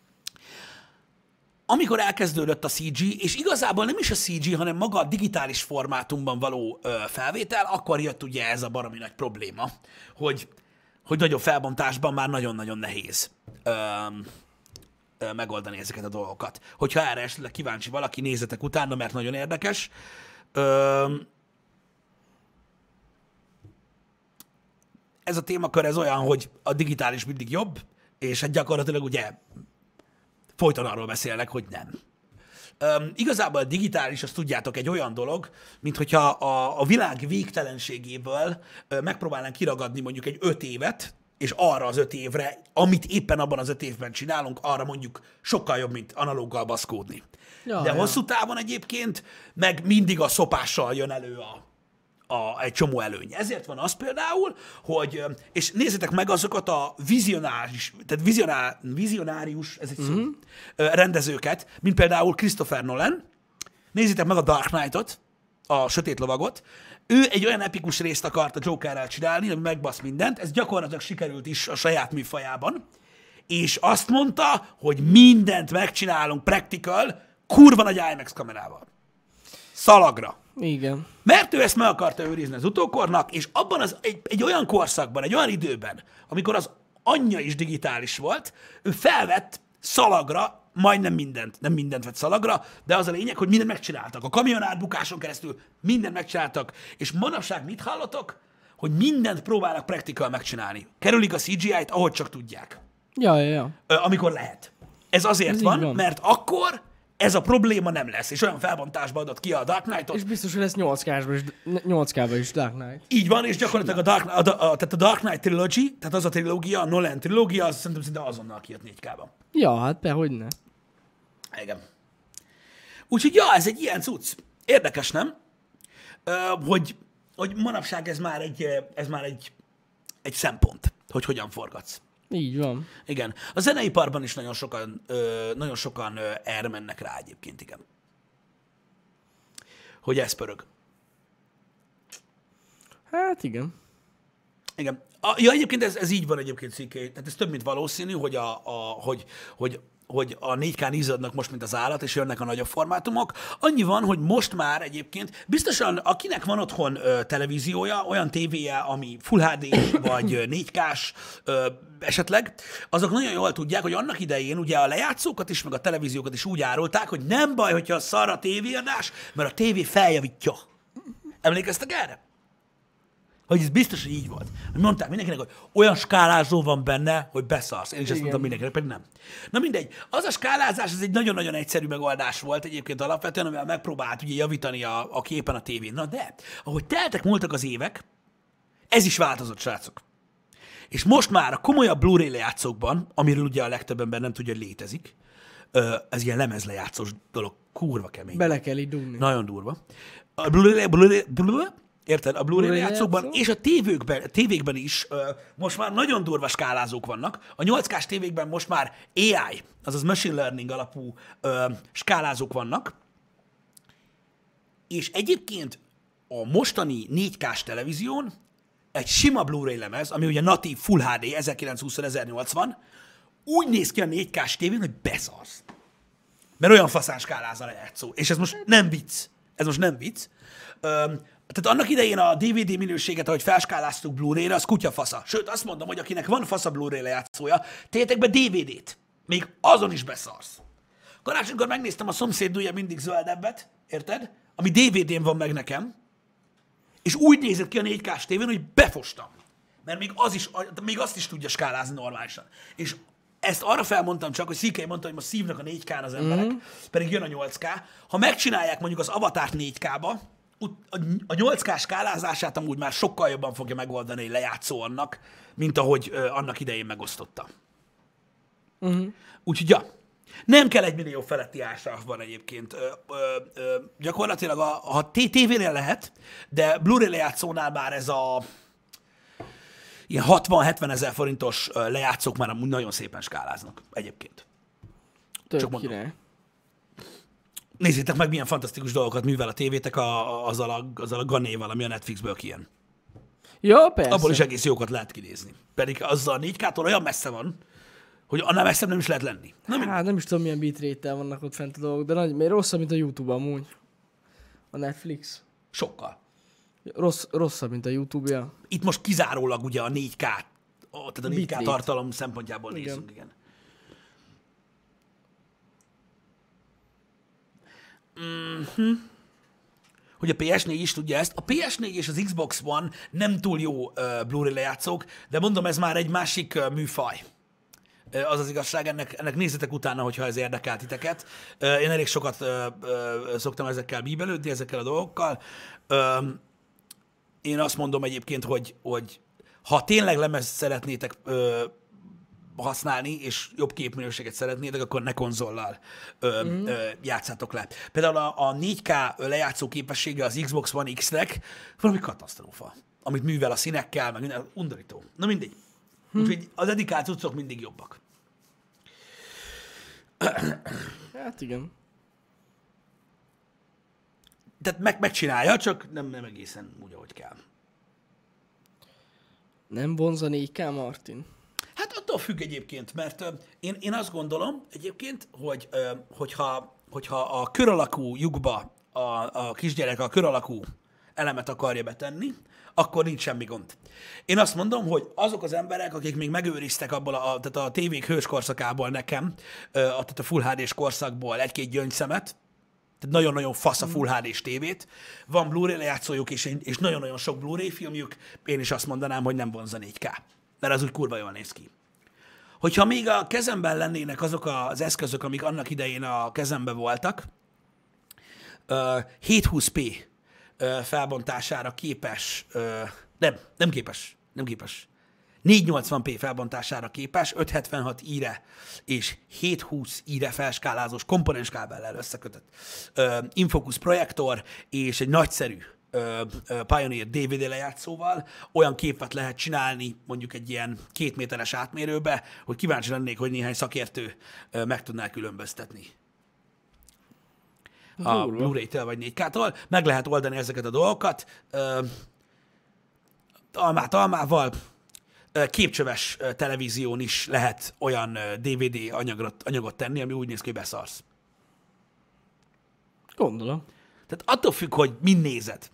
Amikor elkezdődött a cé gé, és igazából nem is a cé gé, hanem maga a digitális formátumban való ö, felvétel, akkor jött ugye ez a baromi nagy probléma, hogy, hogy nagyobb felbontásban már nagyon-nagyon nehéz ö, ö, megoldani ezeket a dolgokat. Hogyha erre esetleg kíváncsi valaki, nézzetek utána, mert nagyon érdekes. Ö, ez a témakör ez olyan, hogy a digitális mindig jobb, és hát gyakorlatilag ugye folyton arról beszélnek, hogy nem. Üm, igazából a digitális, azt tudjátok, egy olyan dolog, mint hogyha a, a világ végtelenségéből ö, megpróbálnánk kiragadni mondjuk egy öt évet, és arra az öt évre, amit éppen abban az öt évben csinálunk, arra mondjuk sokkal jobb, mint analóggal baszkódni. Ja, De ja. hosszú távon egyébként meg mindig a szopással jön elő a, a, egy csomó előny. Ezért van az például, hogy, és nézzétek meg azokat a vizionáris, tehát vizionár, vizionárius, ez egy szó, mm-hmm. rendezőket, mint például Christopher Nolan. Nézzétek meg a Dark Knight-ot, a Sötét Lovagot. Ő egy olyan epikus részt akart a Jokerrel csinálni, ami megbasz mindent, ez gyakorlatilag sikerült is a saját műfajában, és azt mondta, hogy mindent megcsinálunk practical, kurva nagy IMAX kamerával. Szalagra. Igen. Mert ő ezt meg akarta őrizni az utókornak, és abban az egy, egy olyan korszakban, egy olyan időben, amikor az anyja is digitális volt, ő felvett szalagra, majdnem mindent, nem mindent vett szalagra, de az a lényeg, hogy mindent megcsináltak. A kamionátbukáson keresztül mindent megcsináltak, és manapság mit hallotok? Hogy mindent próbálnak practical megcsinálni. Kerülik a cé gé í-t, ahogy csak tudják. Ja, ja, ja. Ö, amikor lehet. Ez azért Ez van, van, mert akkor ez a probléma nem lesz, és olyan felbontásba adott ki a Dark Knight-ot. És biztos, hogy lesz nyolc K-ban is, nyolc K-ban is Dark Knight. Így van, és gyakorlatilag a Dark, a, a, a, tehát a Dark Knight Trilogy, tehát az a trilógia, a Nolan trilógia, az szerintem szinte azonnal kijött négy K-ban. Ja, hát be, hogyne. Igen. Úgyhogy ja, ez egy ilyen cucc. Érdekes, nem? Ö, hogy, hogy manapság ez már egy, ez már egy, egy szempont, hogy hogyan forgatsz. Így van. Igen. A zeneiparban is nagyon sokan, ö, nagyon sokan ö, erre mennek rá egyébként, igen. Hogy ez pörög. Hát igen. Igen. A, ja, egyébként ez, ez így van egyébként, Sziké. Tehát ez több, mint valószínű, hogy a, a, hogy, hogy, hogy a négy K-n izzadnak most, mint az állat, és jönnek a nagyobb formátumok. Annyi van, hogy most már egyébként biztosan, akinek van otthon ö, televíziója, olyan tévéje, ami Full há dés, vagy ö, négy K-s ö, esetleg, azok nagyon jól tudják, hogy annak idején ugye a lejátszókat is, meg a televíziókat is úgy árulták, hogy nem baj, hogyha szar a tévéadás, mert a tévé feljavítja. Emlékeztek erre? Hogy ez biztos, hogy így volt. Mondták mindenkinek, hogy olyan skálázó van benne, hogy beszarsz. Én is ezt mondtam mindenkinek, pedig nem. Na mindegy. Az a skálázás, ez egy nagyon-nagyon egyszerű megoldás volt egyébként alapvetően, amivel megpróbált ugye javítani a, a képen a tévén. Na de, ahogy teltek múltak az évek, ez is változott, srácok. És most már a komolyabb Blu-ray lejátszókban, amiről ugye a legtöbb ember nem tudja, hogy létezik, ez ilyen lemezlejátszós dolog, kurva kemény. Bele kell így dugni. Nagyon durva. A Blu-ray, Blu-ray, Blu-ray, érted? A Blu-ray Blu-ray lejátszókban játszó? és a tévékben, a tévékben is uh, most már nagyon durva skálázók vannak. A nyolc K-s tévékben most már á i, azaz machine learning alapú uh, skálázók vannak. És egyébként a mostani négy K-s televízión egy sima Blu-ray lemez, ami ugye natív Full há dé ezerkilencszázhúsz ezernyolcvan, úgy néz ki a négy K-s tévén, hogy beszarsz. Mert olyan faszán skáláz a lejátszó. És ez most nem vicc. Ez most nem vicc. Um, Tehát annak idején a dé vé dé minőséget, ahogy felskáláztuk Blu-ray-re, az kutyafasza. Sőt, azt mondom, hogy akinek van fasza Blu-ray lejátszója, tegyetek be dé vé dét. Még azon is beszarsz. Karácsonykor megnéztem a szomszéd ujja mindig zöldebbet, érted? Ami dé vé dén van meg nekem, és úgy nézett ki a négy K-s tévén, hogy befostam. Mert még, az is, még azt is tudja skálázni normálisan. És ezt arra felmondtam csak, hogy Székely mondta, hogy most szívnak a négy K-n az emberek, mm. pedig jön a nyolc K. Ha megcsinálják mondjuk az Avatárt négy K-ba, a, a nyolc ká skálázását amúgy már sokkal jobban fogja megoldani egy lejátszó annak, mint ahogy ö, annak idején megosztotta. Uh-huh. Úgyhogy, ja, nem kell egy millió feletti ársáv van egyébként. Ö, ö, ö, gyakorlatilag, a, ha tévénél lehet, de Blu-ray lejátszónál már ez a ilyen hatvan-hetven ezer forintos lejátszók már amúgy nagyon szépen skáláznak egyébként. Tök király. Nézzétek meg, milyen fantasztikus dolgokat művel a tévétek a, azzal, a, azzal a gannéval, ami a Netflixből kijön. Ja, persze. Abból is egész jókat lehet kinézni. Pedig azzal a négy ká-tól olyan messze van, hogy annál messzebb nem is lehet lenni. Nem, hát nem is tudom, milyen bitrate-tel vannak ott fent a dolgok, de nagy, még rosszabb, mint a YouTube amúgy. A Netflix. Sokkal. Rossz, rosszabb, mint a YouTube-ja. Itt most kizárólag ugye a négy ká, tehát a négy ká Bitrate. tartalom szempontjából Igen. nézünk, igen. Mm-hmm. Hogy a pé es négy is tudja ezt. A pé es négy és az Xbox One nem túl jó uh, Blu-ray lejátszók, de mondom, ez már egy másik uh, műfaj. Uh, az az igazság, ennek, ennek nézzetek utána, hogyha ez érdekel titeket. Uh, én elég sokat uh, uh, szoktam ezekkel bíbelődni, ezekkel a dolgokkal. Uh, én azt mondom egyébként, hogy, hogy ha tényleg lemez szeretnétek uh, használni, és jobb képminőséget szeretnétek, akkor ne konzollal ö, mm. ö, játszátok le. Például a, a négy ká lejátszó képessége az Xbox One X-nek valami katasztrófa, amit művel a színekkel, meg minden, undorító. Na mindegy. Hm. Úgyhogy az edikált cuccok mindig jobbak. Hát igen. Tehát meg, megcsinálja, csak nem, nem egészen úgy, ahogy kell. Nem vonz a négy ká, Martin? Hát attól függ egyébként, mert ö, én, én azt gondolom egyébként, hogy ö, hogyha, hogyha a kör alakú lyukba a, a kisgyerek a kör alakú elemet akarja betenni, akkor nincs semmi gond. Én azt mondom, hogy azok az emberek, akik még megőriztek abból a, tehát a tévék hős korszakából nekem, ö, a, tehát a Full há dés korszakból egy-két gyöngyszemet, tehát nagyon-nagyon fasz a Full há dés tévét, van Blu-ray lejátszójuk, és, és nagyon-nagyon sok Blu-ray filmjük, én is azt mondanám, hogy nem vonz a négy ká. Mert az úgy kurva jól néz ki. Hogyha még a kezemben lennének azok az eszközök, amik annak idején a kezemben voltak, hétszázhúsz pé felbontására képes, nem, nem képes, nem képes, négyszáznyolcvan pé felbontására képes, ötszázhetvenhat i-re és hétszázhúsz i-re felskálázós komponenskábellel összekötött Infocus projektor és egy nagyszerű Pioneer dé vé dé lejátszóval olyan képet lehet csinálni mondjuk egy ilyen két méteres átmérőbe, hogy kíváncsi lennék, hogy néhány szakértő meg tudná különböztetni a Blu-ray-től vagy négy ká-tól. Meg lehet oldani ezeket a dolgokat. Almát almával, képcsöves televízión is lehet olyan dé vé dé anyagot, anyagot tenni, ami úgy néz ki, hogy beszarsz. Gondolom. Tehát attól függ, hogy min nézed.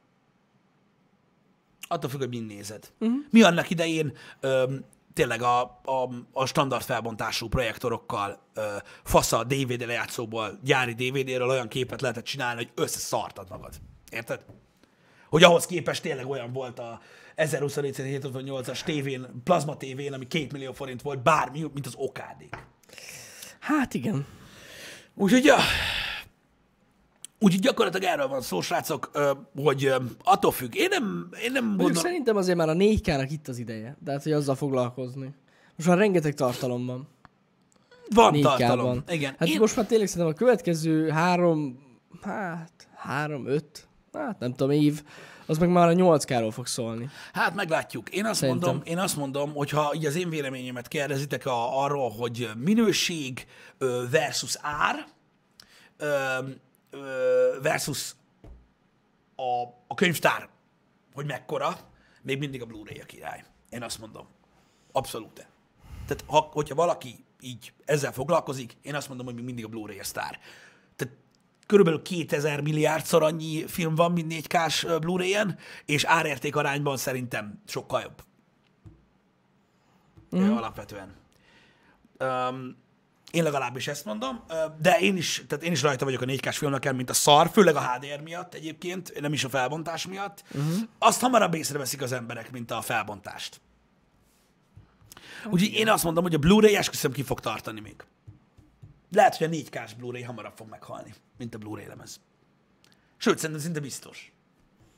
Attól függ, hogy min nézed. Uh-huh. Mi annak idején öm, tényleg a, a, a standard felbontású projektorokkal ö, fasza dé vé dé lejátszóból, gyári dé vé dé-ről olyan képet lehetett csinálni, hogy összeszartad magad. Érted? Hogy ahhoz képest tényleg olyan volt a ezerhuszonnégy-hétszázhuszonnyolcas tévén, plazma tévén, ami két millió forint volt, bármi, mint az okádék. Hát igen. Úgyhogy, ja, úgyhogy gyakorlatilag erről van szó, srácok, hogy attól függ. Én nem, én nem Mondjuk gondolom... szerintem azért már a négy ká-nak itt az ideje. De hát, hogy azzal foglalkozni. Most már rengeteg tartalom van. Van négy ká-ban. tartalom. Igen. Hát Én... most már tényleg szerintem a következő három, hát három, öt, hát nem tudom, év, az meg már a nyolc ká-ról fog szólni. Hát meglátjuk. Én azt Szerintem. mondom, én azt mondom, hogyha így az én véleményemet kérdezitek a, arról, hogy minőség ö, versus ár, ö, ö, versus a, a könyvtár, hogy mekkora, még mindig a Blu-ray a király. Én azt mondom. Abszolút. Tehát ha, hogyha valaki így ezzel foglalkozik, én azt mondom, hogy még mindig a Blu-ray a sztár. Tehát körülbelül kétezer milliárdszor annyi film van, mint négy ká-s Blu-ray-en, és árérték arányban szerintem sokkal jobb. Mm. Alapvetően. Um, én legalábbis ezt mondom, de én is, tehát én is rajta vagyok a négy ká-s filmeken, mint a szar, főleg a há dé er miatt egyébként, nem is a felbontás miatt. Uh-huh. Azt hamarabb észreveszik az emberek, mint a felbontást. Úgyhogy én azt mondom, hogy a Blu-ray esküszöm ki fog tartani még. Lehet, hogy a négy ká-s Blu-ray hamarabb fog meghalni, mint a Blu-ray lemez. Sőt, szerintem szinte biztos.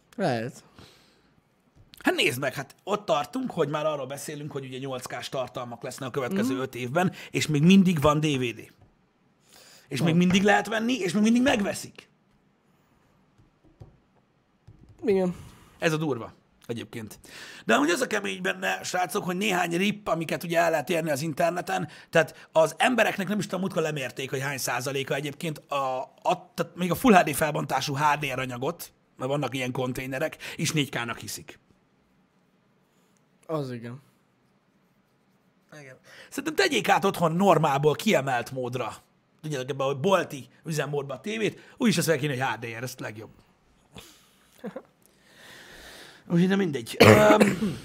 Lehet. Hát nézd meg, hát ott tartunk, hogy már arról beszélünk, hogy ugye nyolc kás tartalmak lesznek a következő Mhm. öt évben, és még mindig van dé vé dé. És még mindig lehet venni, és még mindig megveszik. Igen. Ez a durva egyébként. De amúgy az a kemény benne, srácok, hogy néhány rip, amiket ugye el lehet érni az interneten, tehát az embereknek nem is tudom, múltkor lemérték, hogy hány százaléka egyébként a, a, tehát még a Full há dé felbontású há dé er anyagot, mert vannak ilyen konténerek, is négy ká-nak hiszik. Az igen. Igen. Szerintem tegyék át otthon normálból kiemelt módra. Tudjátok ebben, hogy bolti üzemmódba a tévét, úgyis azt fogják írni, hogy há dé er, ez a legjobb. Úgyhogy nem mindegy. Um,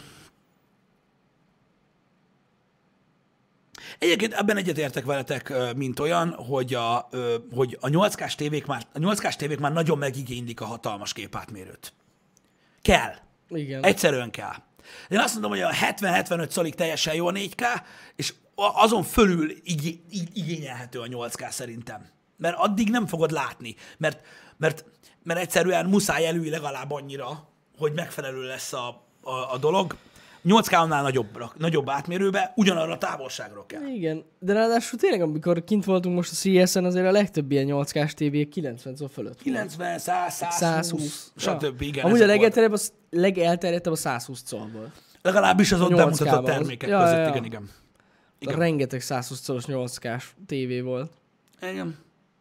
Egyébként ebben egyetértek veletek, mint olyan, hogy a, hogy a nyolc kás tévék már, a nyolc kás tévék már nagyon megigénylik a hatalmas képátmérőt. Kell. Igen. Egyszerűen kell. Én azt mondom, hogy a hetven-hetvenöt szolig teljesen jó a négy ká, és azon fölül igé, igényelhető a nyolc ká szerintem. Mert addig nem fogod látni, mert, mert, mert egyszerűen muszáj elülni legalább annyira, hogy megfelelő lesz a, a, a dolog. nyolc ká-nál nagyobb, nagyobb átmérőbe, ugyanarra a távolságról kell. Igen, de ráadásul tényleg, amikor kint voltunk most a cé es en, azért a legtöbb ilyen nyolc kás tévé kilencven szó fölött. kilencven, száz, százhúsz, stb. Ja. Igen, Amúgy a ezek legelterjedtebb, az, legelterjedtebb a százhúsz colból. legalábbis az ott nyolc bemutatott K-ban. termékek Ja, között, ja, ja. igen, igen. Igen. Rengeteg százhúsz colos nyolc kás tévé volt. Igen.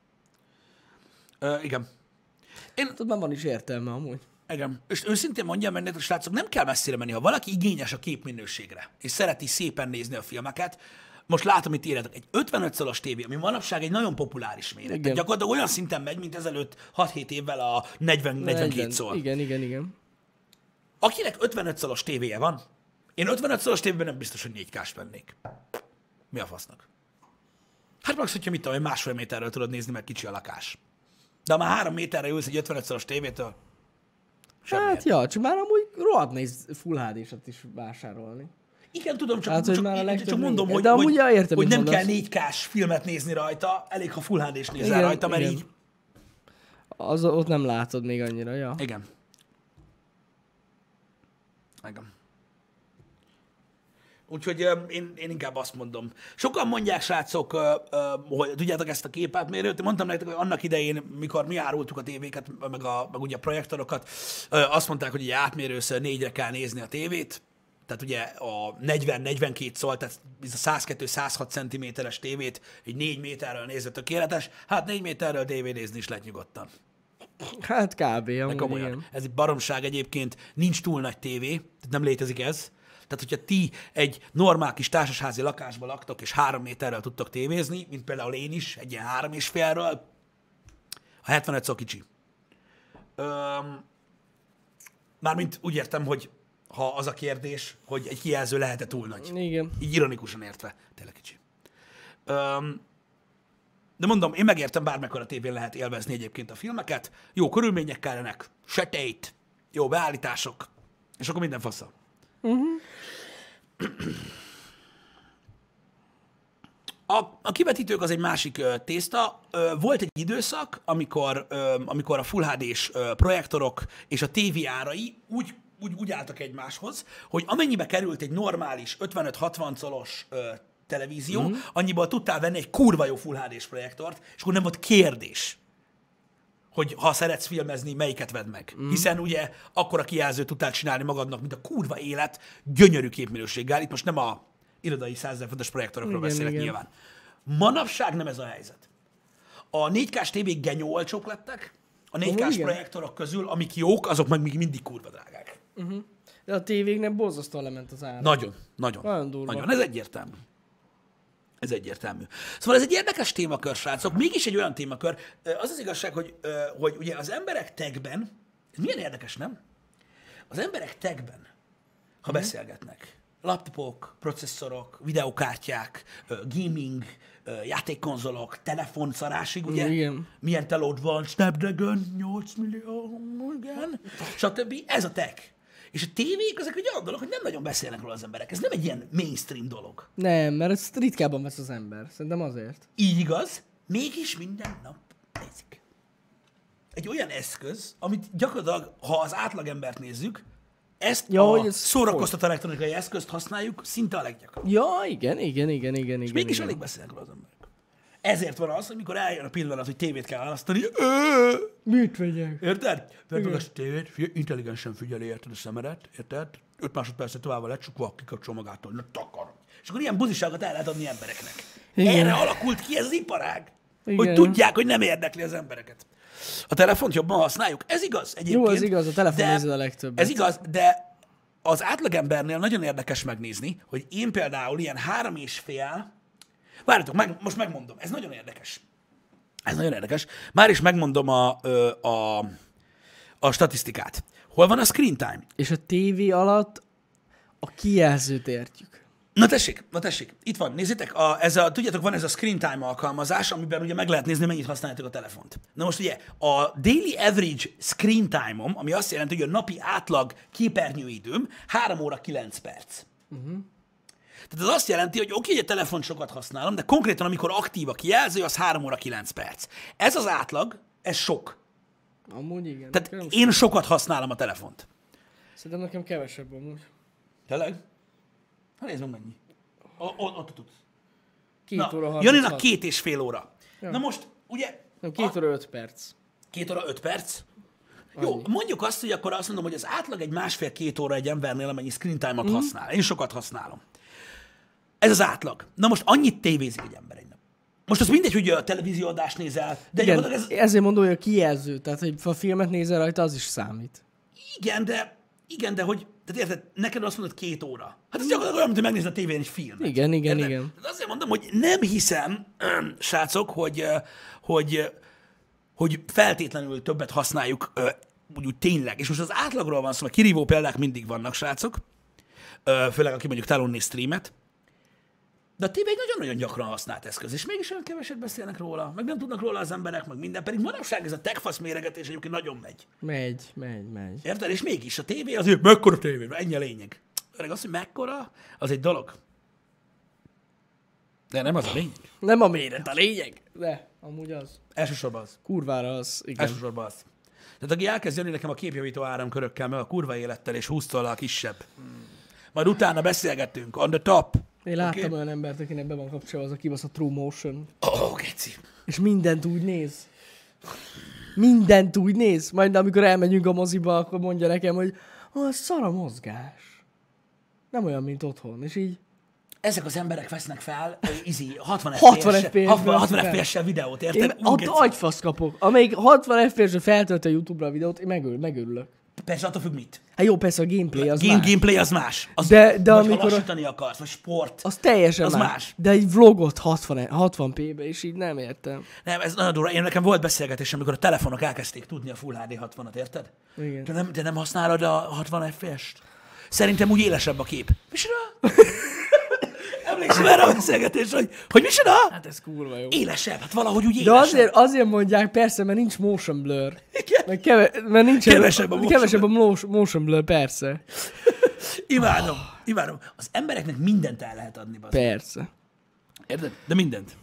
Ö, igen. Én, Tudod, már van is értelme amúgy. igen. És őszintén mondjam ennek, srácok, nem kell messzire menni. Ha valaki igényes a képminőségre, és szereti szépen nézni a filmeket, most látom, itt írjátok, egy ötvenöt szolos tévé, ami manapság egy nagyon populáris méret. Tehát gyakorlatilag olyan szinten megy, mint ezelőtt hat-hét évvel a negyven-negyvenkét szól. Igen, igen, igen. Akinek ötvenöt szolos tévéje van, én ötvenöt szolos tévében nem biztos, hogy négy kás vennék. Mi a fasznak? Hát max, hogyha mit tudom, hogy másfél méterről tudod nézni, mert kicsi a lakás. De ha már három méterre ülsz egy ötvenöt szolos tévétől, semmiért. Hát ja, csak már amúgy rohadt nehéz Full há dé-set is vásárolni. Igen, tudom, csak, Hát, hogy csak, már a csak, legtöbb csak mondom, nem- hogy, de amúgy hogy, ja, értem, hogy mit nem mondasz. kell négy kás filmet nézni rajta, elég, ha Full há dés nézel Igen, rajta, mert igen. így... Az, ott nem látod még annyira, ja. Igen. Igen. Úgyhogy ö, én, én inkább azt mondom. Sokan mondják, srácok, ö, ö, hogy tudjátok ezt a képátmérőt. Én mondtam nektek, hogy annak idején, mikor mi árultuk a tévéket, meg, a, meg ugye a projektorokat, ö, azt mondták, hogy ugye átmérőször négyre kell nézni a tévét. Tehát ugye a negyven-negyvenkét szól, tehát ez a száz kettő száz hat centiméteres tévét egy négy méterről nézve tökéletes. Hát négy méterről dé vé dé-zni is lehet nyugodtan. Hát kb. De amúgy komolyan. igen. Ez egy baromság egyébként, nincs túl nagy tévé, tehát nem létezik ez. Tehát, hogyha ti egy normál kis társasházi lakásban laktok, és három méterrel tudtok tévézni, mint például én is, egy ilyen három és félről, a hetvenöt szó kicsi. Öm, mármint úgy értem, hogy ha az a kérdés, hogy egy kijelző lehet-e túl nagy. Igen. Így ironikusan értve. Tényleg kicsi. Öm, de mondom, én megértem, bármekkora tévén lehet élvezni egyébként a filmeket. Jó körülmények kellenek, sötét, jó beállítások, és akkor minden fasza. Uh-huh. A, a kivetítők az egy másik ö, tészta. Ö, volt egy időszak, amikor, ö, amikor a Full há dés ö, projektorok és a tévé árai úgy, úgy, úgy álltak egymáshoz, hogy amennyibe került egy normális ötvenöt-hatvan colos ö, televízió, mm-hmm. annyiból tudtál venni egy kurva jó Full há dés projektort, és akkor nem volt kérdés, hogy ha szeretsz filmezni, melyiket vedd meg. Mm. Hiszen ugye akkora kijelzőt tudtál csinálni magadnak, mint a kurva élet, gyönyörű képminőséggel. Itt most nem a irodai százezer fontos projektorokról Igen, beszélek igen. nyilván. Manapság nem ez a helyzet. A négy kás tévék genyó olcsók lettek, a négy kás igen. projektorok közül, amik jók, azok meg még mindig kurva drágák. De a tévéknek borzasztóan lement az ára. Nagyon, nagyon. Nagyon durva. Nagyon. Ez egyértelmű. Ez egyértelmű. Szóval ez egy érdekes témakör, srácok. Mégis egy olyan témakör. Az az igazság, hogy, hogy ugye az emberek techben, ez milyen érdekes, nem? Az emberek techben, ha Mhm. beszélgetnek, laptopok, processzorok, videokártyák, gaming, játékkonzolok, telefonszarásig, ugye? Igen. Milyen telód van? Snapdragon, nyolc millió, igen, stb. Ez a tech. És a tévék azok egy olyan dolog, hogy nem nagyon beszélnek róla az emberek. Ez nem egy ilyen mainstream dolog. Nem, mert ezt ritkában vesz az ember. Szerintem azért. Így igaz, mégis minden nap nézik. egy olyan eszköz, amit gyakorlatilag, ha az átlagembert nézzük, ezt Ja, hogy a ez szórakoztató elektronikai eszközt használjuk szinte a leggyakrabban. Ja, igen, igen, igen, igen, És igen. mégis igen. elég beszélnek róla az emberek. Ezért van az, hogy mikor eljön a pillanat, hogy tévét kell választani, Mit vegyek? érted? Vedd meg azt a tévét, figyelj, intelligensen figyeli, érted a szemedet, érted? öt másodpercet tovább van lecsukva, kikapcsol magától, ne takarodj. És akkor ilyen buziságot el lehet adni embereknek. Igen. Erre alakult ki ez az iparág, Igen. hogy tudják, hogy nem érdekli az embereket. A telefont jobban használjuk. Ez igaz egyébként. Jó, ez igaz, a telefon de- nézed a legtöbbet. Ez igaz, de az átlagembernél nagyon érdekes megnézni, hogy én például ilyen három és fél, várjatok, meg, most megmondom, ez nagyon érdekes. Ez nagyon érdekes. Már is megmondom a, ö, a, a statisztikát. Hol van a screen time? És a tévé alatt a kijelzőt értjük. Na tessék, na tessék, itt van, nézzétek, a, ez a, tudjátok, van ez a screen time alkalmazás, amiben ugye meg lehet nézni, mennyit használjátok a telefont. Na most ugye a daily average screen time-om, ami azt jelenti, hogy a napi átlag képernyőidőm három óra kilenc perc. Uh-huh. Tehát ez azt jelenti, hogy oké, hogy a telefont sokat használom, de konkrétan, amikor aktív a kijelző, az három óra kilenc perc. Ez az átlag, ez sok. Amúgy igen. Tehát Nekem- én sokat használom a telefont. Szerintem nekem kevesebb amúgy. Tényleg? Hát nézd meg mennyi. O, o, ott tudsz. Két Na, óra Janinak harminchat. két és fél óra. Ja. Na most, ugye, Nem, két a, óra öt perc. két óra öt perc. Jó, Annyi. mondjuk azt, hogy akkor azt mondom, hogy az átlag egy másfél-két óra egy embernél, amennyi screen time-ot mm. használ. Én sokat használom. Ez az átlag. Na most annyit tévézik egy ember egy nap. Most az mindegy, hogy a televízióadást nézel, de Igen, gyakorlatilag ez... ezért mondom, hogy a kijelző, tehát hogy ha filmet nézel rajta, az is számít. Igen, de, igen, de hogy, tehát érted, neked azt mondod két óra. Hát ez gyakorlatilag olyan, mint hogy megnézd a tévén egy filmet. Igen, igen, Érted? igen. Tehát azért mondom, hogy nem hiszem, srácok, hogy, hogy, hogy feltétlenül többet használjuk úgy, úgy tényleg. És most az átlagról van szó, mert kirívó példák mindig vannak, srácok. Főleg, aki mondjuk talon néz streamet. De a tévé egy nagyon-nagyon gyakran használt eszköz, és mégis olyan keveset beszélnek róla, meg nem tudnak róla az emberek, meg minden. Pedig manapság ez a techfasz méregetés egyébként nagyon megy. Megy, megy, megy. Érted? És mégis a tévé azért mekkora tévé, ennyi a lényeg. Öreg, az, hogy mekkora, az egy dolog. De nem az a lényeg. Nem a méret a lényeg, de amúgy az. Elsősorban az. Kurvára az, igen. Elsősorban az. Tehát aki elkezd jönni nekem a képjavító áramkörökkel, meg a kurva élettel, és húzta a kisebb. Majd utána beszélgetünk, on the top. Én láttam Oké? olyan embert, akinek be van kapcsolva az a kibaszott True Motion. Ó, oh, geci. És mindent úgy néz. Mindent úgy néz. Majd amikor elmegyünk a moziba, akkor mondja nekem, hogy ah, szar a mozgás. Nem olyan, mint otthon. És így Ezek az emberek vesznek fel uh, izi, hatvan hatvan ef pé es-sel, ef pé es-ben hatvan fel. ef pé es-sel videót, én érted? Ú, ott geci. agyfasz kapok. Amelyik hatvan ef pé es-re feltölt a YouTube-ra a videót, én megörül, megörülök. Persze, attól függ mit. Hát jó, persze a gameplay az Game, más. gameplay az más. Az, De- de vagy amikor ha a- lassítani akarsz, vagy sport. Az teljesen Az más. más. De egy vlogot hatvan, hatvan pé-be, és így nem értem. Nem, ez nagyon durva. Én nekem volt beszélgetés, amikor a telefonok elkezdték tudni a Full há dé hatvanat, érted? Igen. De nem, de nem használod a hatvan ef pé es-t? Szerintem úgy élesebb a kép. Micsoda? Emlékszem erre a beszélgetés, hogy, hogy micsoda? Hát ez kurva jó. Élesebb, hát valahogy úgy De élesebb. azért, azért mondják, persze, mert nincs motion blur. Igen. Mert, keve, mert nincs Kevesebb a motion kevesebb a motion, motion blur, persze. Imádom, imádom. Az embereknek mindent el lehet adni, bazd. Persze. Érted? De mindent.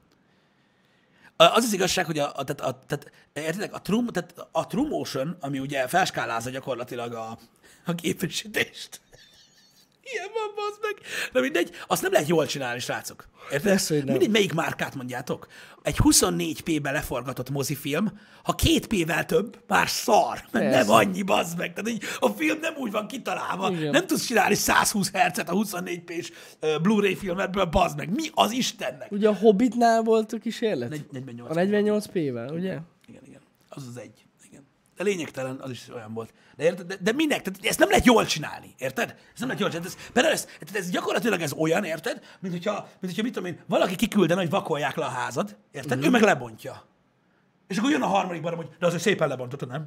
A- Az az igazság, hogy a, a, tehát, a, tehát, értitek, a, true, tehát a True Motion, ami ugye felskálázza gyakorlatilag a, a képfrissítést. Ilyen van, bazd meg. De mindegy, azt nem lehet jól csinálni, srácok. Érted? Persze, hogy nem. Mindegy, melyik márkát mondjátok. Egy huszonnégy pé-be leforgatott mozifilm, ha két pé-vel több, már szar. Mert Persze. nem annyi, bazd meg. Tehát így, a film nem úgy van kitalálva. Igen. Nem tudsz csinálni száz húsz hertzet a huszonnégy pés uh, Blu-ray filmetből, bazd meg. Mi az Istennek? Ugye a Hobbitnál volt a kísérlet? Negy- negyvennyolc. A negyvennyolc pé-vel, ugye? Igen, igen. Az az egy. Igen. De lényegtelen, az is olyan volt. De, érted? De, de minek? Tehát ezt nem lehet jól csinálni, érted? Ezt nem lehet jól csinálni. Ez, például ez, ez gyakorlatilag ez olyan, érted? Mint hogyha, mint hogyha mit tudom én, valaki kiküldene, hogy vakolják le a házad, érted? Mm-hmm. Ő meg lebontja. És akkor jön a harmadik barom, hogy de azért szépen lebontottad, nem?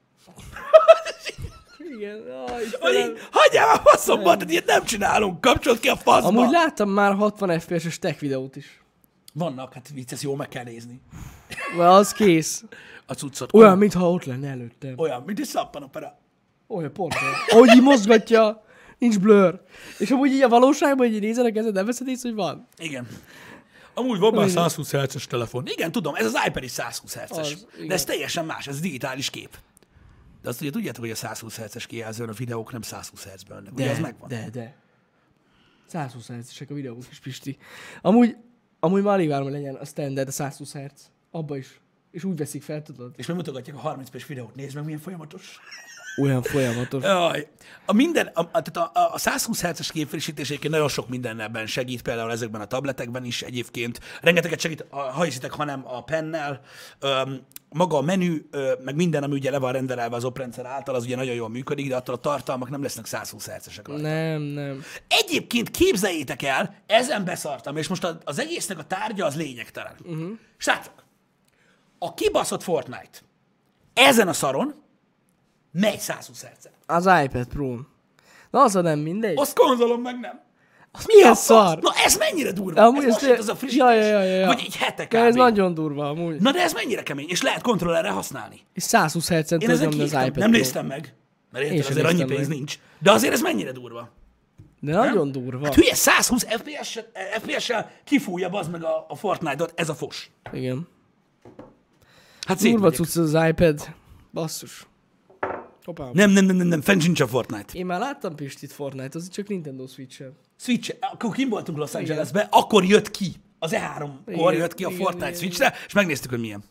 Igen. Aj, Vagy Istenem. így, hagyjál már faszomba, tehát ilyet nem csinálunk, kapcsolt ki a faszba. Amúgy láttam már hatvan ef pé es-es tech videót is. Vannak, hát vicc, ezt jól meg kell nézni. Mert az kész. A cuccot. Olyan, mintha ott lenne előttem. Olyan, mint egy szappanopera. Olyan pont. olyan. Ahogy így mozgatja, nincs blur. És amúgy így a valóságban, hogy így nézel a kezed, nem veszed észre, hogy van. Igen. Amúgy van már száz húsz hertzes telefon. Igen, tudom, ez az iPad is száz húsz hertzes. Az, de ez teljesen más, ez digitális kép. De azt ugye tudjátok, hogy a száz húsz hertzes kijelzőn a videók nem száz húsz hertzben vannak. Ugye az megvan? De, de. száz húsz hertzesek a videók is, Pisti. Amúgy, amúgy már alig várom, hogy legyen a standard a száz húsz hertz. Abba is. És úgy veszik fel, tudod? És megmutogatják a harminc perces videót. Nézd meg, milyen folyamatos. Olyan folyamatos. Jaj. A, minden, a, a, tehát a, a száz húsz hertzes képfrissítés egyébként nagyon sok mindennel segít, például ezekben a tabletekben is egyébként. Rengeteget segít, ha hiszitek, hanem a pennel, öm, maga a menü, ö, meg minden, ami ugye le van rendelve az oprendszer által, az ugye nagyon jól működik, de attól a tartalmak nem lesznek száz húsz hertzesek rajta. Nem, nem. Egyébként képzeljétek el, ezen beszartam, és most az egésznek a tárgya az lényegtelen. Uh-huh. Srácok, a kibaszott Fortnite ezen a szaron megy száz húsz hertzet. Az iPad Pro. Na az a nem mindegy. Azt konzolom meg nem. Az milyen szar? Na ez mennyire durva? Amúgy ez ez most az a frissítés? Ja, ja, ja, ja. Vagy egy hete kb. Ja, ez nagyon durva amúgy. Na de ez mennyire kemény, és lehet kontrollerre használni. És száz húsz hertzen Én tudod ezen nyomni az kívtam, iPad nem Pro. néztem meg, mert Én érted, sem azért annyi néztem pénz meg. nincs. De azért ez mennyire durva. De nagyon durva. Hát hülye, száz húsz ef pé es-sel ef pé es-sel kifújja bazd meg a, a Fortnite-ot, ez a fos. Igen. Hát Durva szétmegyek. cucc az iPad. Basszus. Hoppá. Nem, nem, nem, nem, nem, fenn sincs a Fortnite. Én már láttam Pistit Fortnite, az csak Nintendo Switch-el. Switch, akkor kim voltunk Los Angelesbe, akkor jött ki, az E három-kor Igen, jött ki a igen, Fortnite igen, Switchre, és megnéztük, hogy milyen.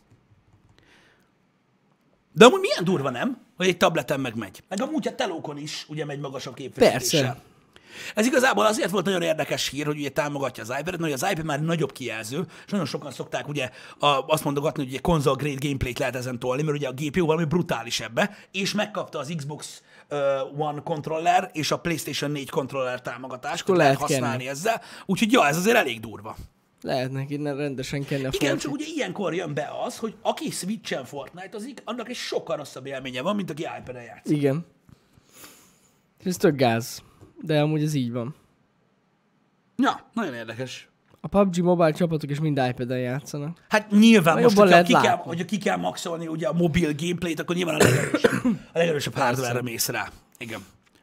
De amúgy milyen durva, nem? Hogy egy tableten megmegy. Meg amúgy a telókon is ugye megy magasabb képfrissítéssel. Persze. Ez igazából azért volt nagyon érdekes hír, hogy ugye támogatja az iPad-et, mert az iPad már nagyobb kijelző, és nagyon sokan szokták ugye a, azt mondogatni, hogy ugye console grade gameplayt lehet ezen tolni, mert ugye a gé pé u valami brutális ebbe, és megkapta az Xbox uh, One controller és a PlayStation négy controller támogatást, hogy lehet lehet használni kenni. ezzel, úgyhogy ja, ez azért elég durva. Lehet neki rendesen kenni a Igen, Fortnite. csak ugye ilyenkor jön be az, hogy aki Switch-en Fortnite-ozik, annak egy sokkal rosszabb élménye van, mint aki iPad-en játszik. Igen. Ez tök gáz. De amúgy ez így van. Ja, nagyon érdekes. A pé u bé gé Mobile csapatok is mind iPad-en játszanak. Hát nyilván Na, most, jobban hogyha ki, lehet kell, látni. hogyha ki kell maxolni ugye a mobil gameplayt, akkor nyilván a legerősebb, a legerősebb hardware-re mész rá. Igen.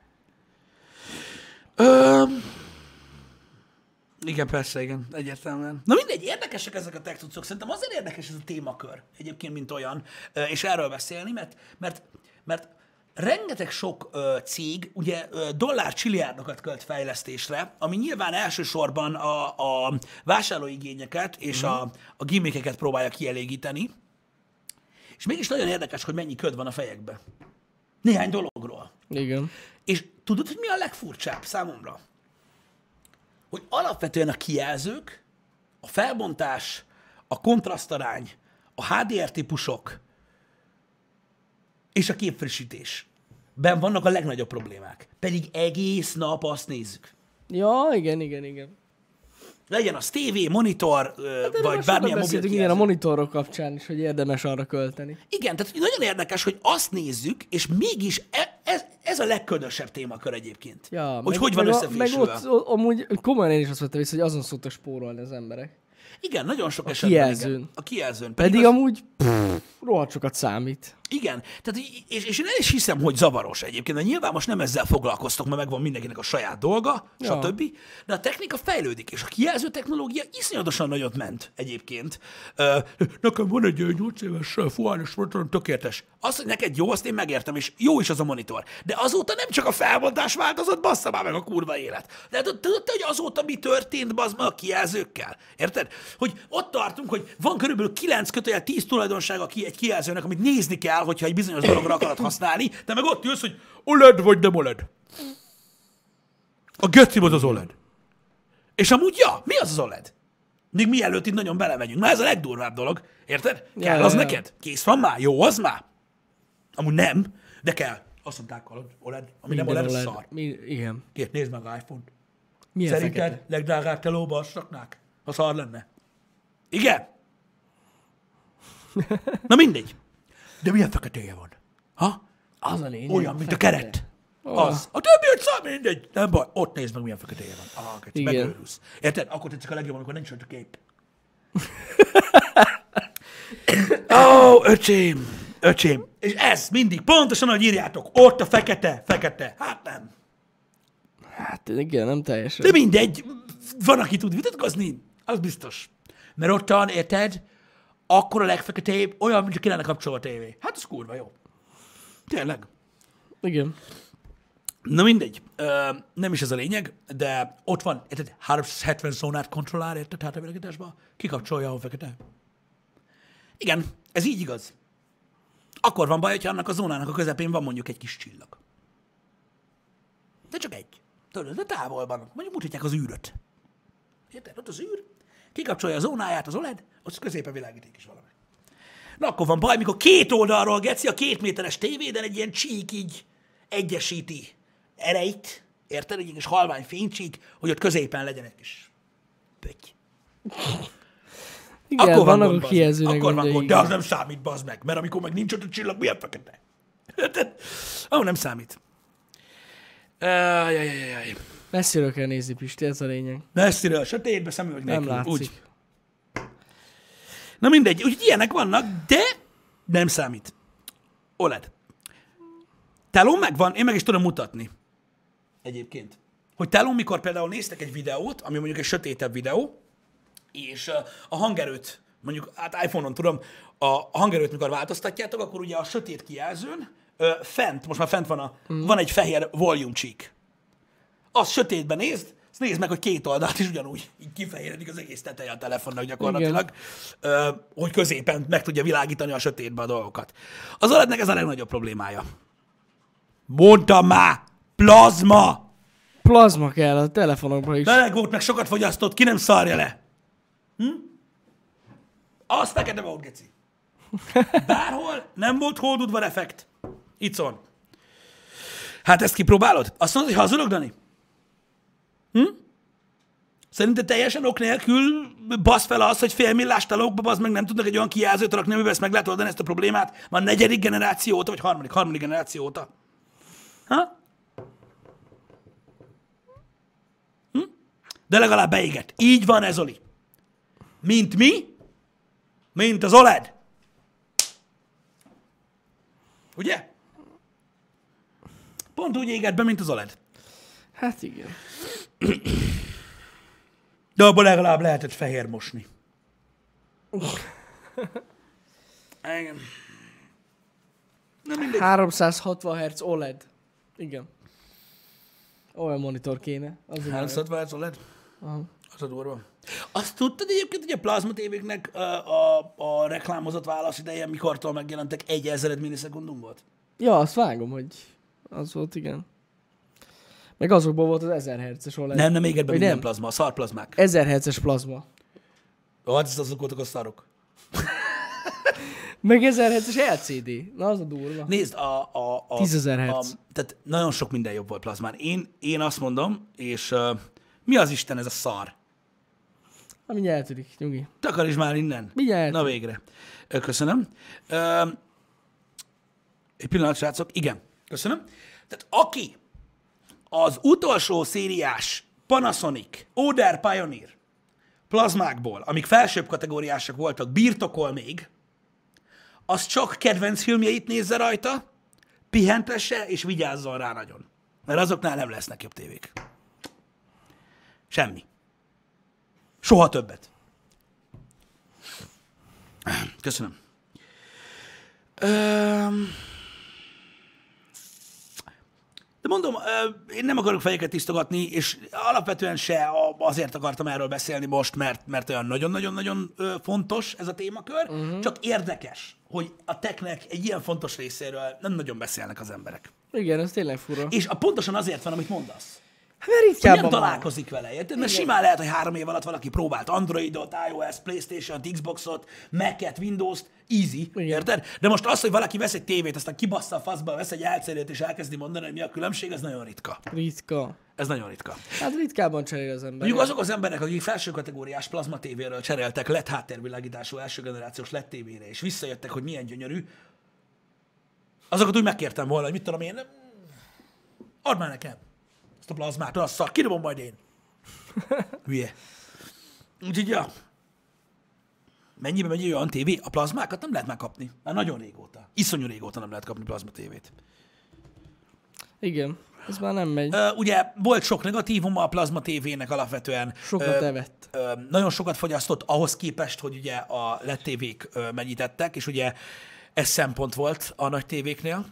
Ö... Igen, persze, igen, egyértelműen. Na mindegy, érdekesek ezek a tech cuccok. Szerintem azért érdekes ez a témakör egyébként, mint olyan, és erről beszélni, mert, mert, mert rengeteg sok ö, cég ugye ö, dollár csilliárdokat költ fejlesztésre, ami nyilván elsősorban a, a vásárlóigényeket és a, a gimmickeket próbálja kielégíteni, és mégis nagyon érdekes, hogy mennyi köd van a fejekbe. Néhány dologról. Igen. És tudod, hogy mi a legfurcsább számomra? Hogy alapvetően a kijelzők, a felbontás, a kontrasztarány, a há dé er típusok és a képfrissítés ben vannak a legnagyobb problémák. Pedig egész nap azt nézzük. Ja, igen, igen, igen. Legyen az tévé, monitor, hát vagy bármilyen mobil igen, a kijelző. monitorok kapcsán is, hogy érdemes arra költeni. Igen, tehát nagyon érdekes, hogy azt nézzük, és mégis e- ez, ez a legködösebb témakör egyébként. Ja, hogy meg, hogy van meg, a, összefésülve. meg ott, ott, amúgy komolyan én is azt vettem vissza, hogy azon szoktak spórolni az emberek. Igen, nagyon sok A esetben. kijelzőn. Igen. A kijelzőn. Pedig, az... amúgy pff, rohadt sokat számít. Igen, tehát, í- és, és én el is hiszem, hogy zavaros egyébként, de nyilván most nem ezzel foglalkoztok, mert megvan mindenkinek a saját dolga, Ja. stb. De a technika fejlődik, és a kijelző technológia iszonyatosan nagyot ment egyébként. Ö, nekem van egy nyolc éves fuáros monitor, tökéletes. Azt, hogy neked jó, azt én megértem, és jó is az a monitor. De azóta nem csak a felbontás változott, bassza már meg a kurva élet. De tudod, hogy azóta mi történt, bazd meg a kijelzőkkel? Érted? Hogy ott tartunk, hogy van körülbelül kilenc kötőjel tíz tulajdonsága ki egy kijelzőnek, amit nézni kell, hogyha egy bizonyos dologra akarod használni, de meg ott jössz, hogy o el e dé vagy nem o el e dé. A gecim az az o el e dé. És amúgy, ja, mi az az o el e dé? Még mielőtt itt nagyon belemegyünk. Na ez a legdurvább dolog. Érted? Kell Ja, az ja, ja. neked? Kész van már? Jó az már? Amúgy nem, de kell. Azt mondták, hallod, o el e dé. Ami nem o el e dé, az szar. Mi, igen. Két, nézd meg a iPhone-t. Milyen Szerinted fekete? legdrágább telóba azt raknák? Ha szar lenne. Igen? Na mindegy. De milyen feketéje van? Ha? Az a lényeg. Olyan, mint a fekete. keret. Ó. Az. A többi egy szar, mindegy. Nem baj. Ott nézd meg, milyen feketéje van. Ah, kicsi, Igen. megőrülsz. Érted? Akkor tetszik a legjobb, amikor nincs rajta kép. Ó, oh, öcsém. Öcsém. És ez mindig pontosan, ahogy írjátok. Ott a fekete, fekete. Hát nem. Hát igen, nem teljesen. De mindegy. Van, aki tud vitatkozni. Az biztos. Mert ottan, érted, akkor a legfeketébb, olyan, mint ki lenne kapcsolva a tévé. Hát az kurva jó. Tényleg. Igen. Na mindegy, ö, nem is ez a lényeg, de ott van, érted, háromszázhetven zónát kontrollál, érted, háttervilágításban, kikapcsolja a fekete. Igen, ez így igaz. Akkor van baj, hogyha annak a zónának a közepén van mondjuk egy kis csillag. De csak egy. Tudod, de távolban. Mondjuk mutatják az űröt. Érted? Ott az űr, kikapcsolja a zónáját az o el e dé, ott középen világíték is valami. Na akkor van baj, mikor két oldalról, geci, a két méteres tévéden egy ilyen csík így egyesíti erejt, érted? Egy kis halvány fénycsík, hogy ott középen legyen egy kis pötty. Igen, Akkor van vannak gond, a kijelzőnek Akkor van gondjai, gond, de igen. az nem számít, bazd meg, mert amikor meg nincs ott a csillag, milyen fekete? Érted? Ó, nem számít. Ajajajajaj. Messziről kell nézni, Pisti, ez a lényeg. Messziről, sötétbe, szemüveg Nem nélkül. látszik. Úgy. Na mindegy, úgy ilyenek vannak, de nem számít. o el e dé. Telón megvan, én meg is tudom mutatni. Egyébként. Hogy telón, mikor például néztek egy videót, ami mondjuk egy sötétebb videó, és uh, a hangerőt, mondjuk hát iPhone-on tudom, a, a hangerőt mikor változtatjátok, akkor ugye a sötét kijelzőn uh, fent, most már fent van, a, mm. van egy fehér volume csík. Azt sötétben nézd, azt nézd meg, hogy két oldalt is ugyanúgy így kifehéredik az egész teteje a telefonnak gyakorlatilag, uh, hogy középen meg tudja világítani a sötétbe a dolgokat. Az o el e dé-nek ez a legnagyobb problémája. Mondtam már! Plazma! Plazma kell a telefonokban is. Belegót meg sokat fogyasztott, ki nem szarja le. Hm? Az fekete volt, geci. Bárhol nem volt hódudvar effekt. Itt szól. Hát ezt kipróbálod? Azt mondod, hogy hazudok, Dani? Hm? Szerinted teljesen ok nélkül basz fel az, hogy félmillás telókba basz meg nem tudnak egy olyan kijelzőt rakni, amiben ezt meg lehet oldani ezt a problémát? Már negyedik generáció óta, vagy harmadik, harmadik generáció óta. Ha? Hm? De legalább beégett. Így van ez, Oli. Mint mi? Mint az o el e dé. Ugye? Pont úgy égett be, mint az o el e dé. Hát igen. De abban legalább lehetett fehér mosni. Igen. Na mindegy. háromszázhatvan hertz o el e dé. Igen. Olyan monitor kéne. Az háromszázhatvan hertz o el e dé? Aha. Az a durva. Azt tudtad egyébként, hogy a plazma tévéknek a, a, a reklámozott válasz ideje, mikortól megjelentek egy ezred millisekundum volt? Ja, azt vágom, hogy az volt, igen. Meg azokból volt az ezer hertzes o el e dé. Nem, nem égett be Vagy minden nem? plazma, a szar plazmák. ezer hertzes plazma. Ó, hát azok voltak a szarok. Meg ezer hertzes el cé dé. Na, az a durva. Nézd, a... a, a tízezer a, hertz. tehát nagyon sok minden jobb volt plazmán. Én, én azt mondom, és uh, mi az Isten ez a szar? Na, mindjárt eltűnik, nyugi. Takaríts már innen. Mindjárt Na eltűnik. végre. Ö, Köszönöm. Ö, egy pillanat, srácok. Igen, köszönöm. Tehát aki az utolsó szériás Panasonic Oder Pioneer plazmákból, amik felsőbb kategóriásak voltak, birtokol még, az csak kedvenc filmjeit nézze rajta, pihentesse és vigyázzon rá nagyon. Mert azoknál nem lesznek jobb tévék. Semmi. Soha többet. Köszönöm. Öm... De mondom, én nem akarok fejeket tisztogatni, és alapvetően se azért akartam erről beszélni most, mert, mert olyan nagyon-nagyon-nagyon fontos ez a témakör, uh-huh. csak érdekes, hogy a technek egy ilyen fontos részéről nem nagyon beszélnek az emberek. Igen, ez tényleg fura. És a, pontosan azért van, amit mondasz. Hát mert Hogy ritkábban nem van. találkozik vele, érted? Mert simán lehet, hogy három év alatt valaki próbált Androidot, iOS, PlayStation-t, Xboxot, Mac-et, Windows-t, easy, Igen. érted? De most az, hogy valaki vesz egy tévét, aztán kibassza a faszba, vesz egy elcérét és elkezdi mondani, hogy mi a különbség, ez nagyon ritka. Ritka. Ez nagyon ritka. Hát ritkában cserél az ember. Mondjuk azok az emberek, akik felső kategóriás plazma tévéről cseréltek led háttérvilágítású első generációs led tévére, és visszajöttek, hogy milyen gyönyörű, azokat úgy megkértem volna, hogy mit tudom én, add már nekem ezt a plazmát, az szar, kidobom majd én. Hülye. Úgyhogy, ja. Mennyibe megy olyan tévé? A plazmákat nem lehet megkapni. Már nagyon régóta. Iszonyú régóta nem lehet kapni plazma tévét. Igen. Ez már nem megy. Ö, ugye volt sok negatívuma a plazma tévének alapvetően. Sokat Ö, evett. Ö, nagyon sokat fogyasztott ahhoz képest, hogy ugye a el e dé tévék ö, mennyit ettek, és ugye ez szempont volt a nagy tévéknél.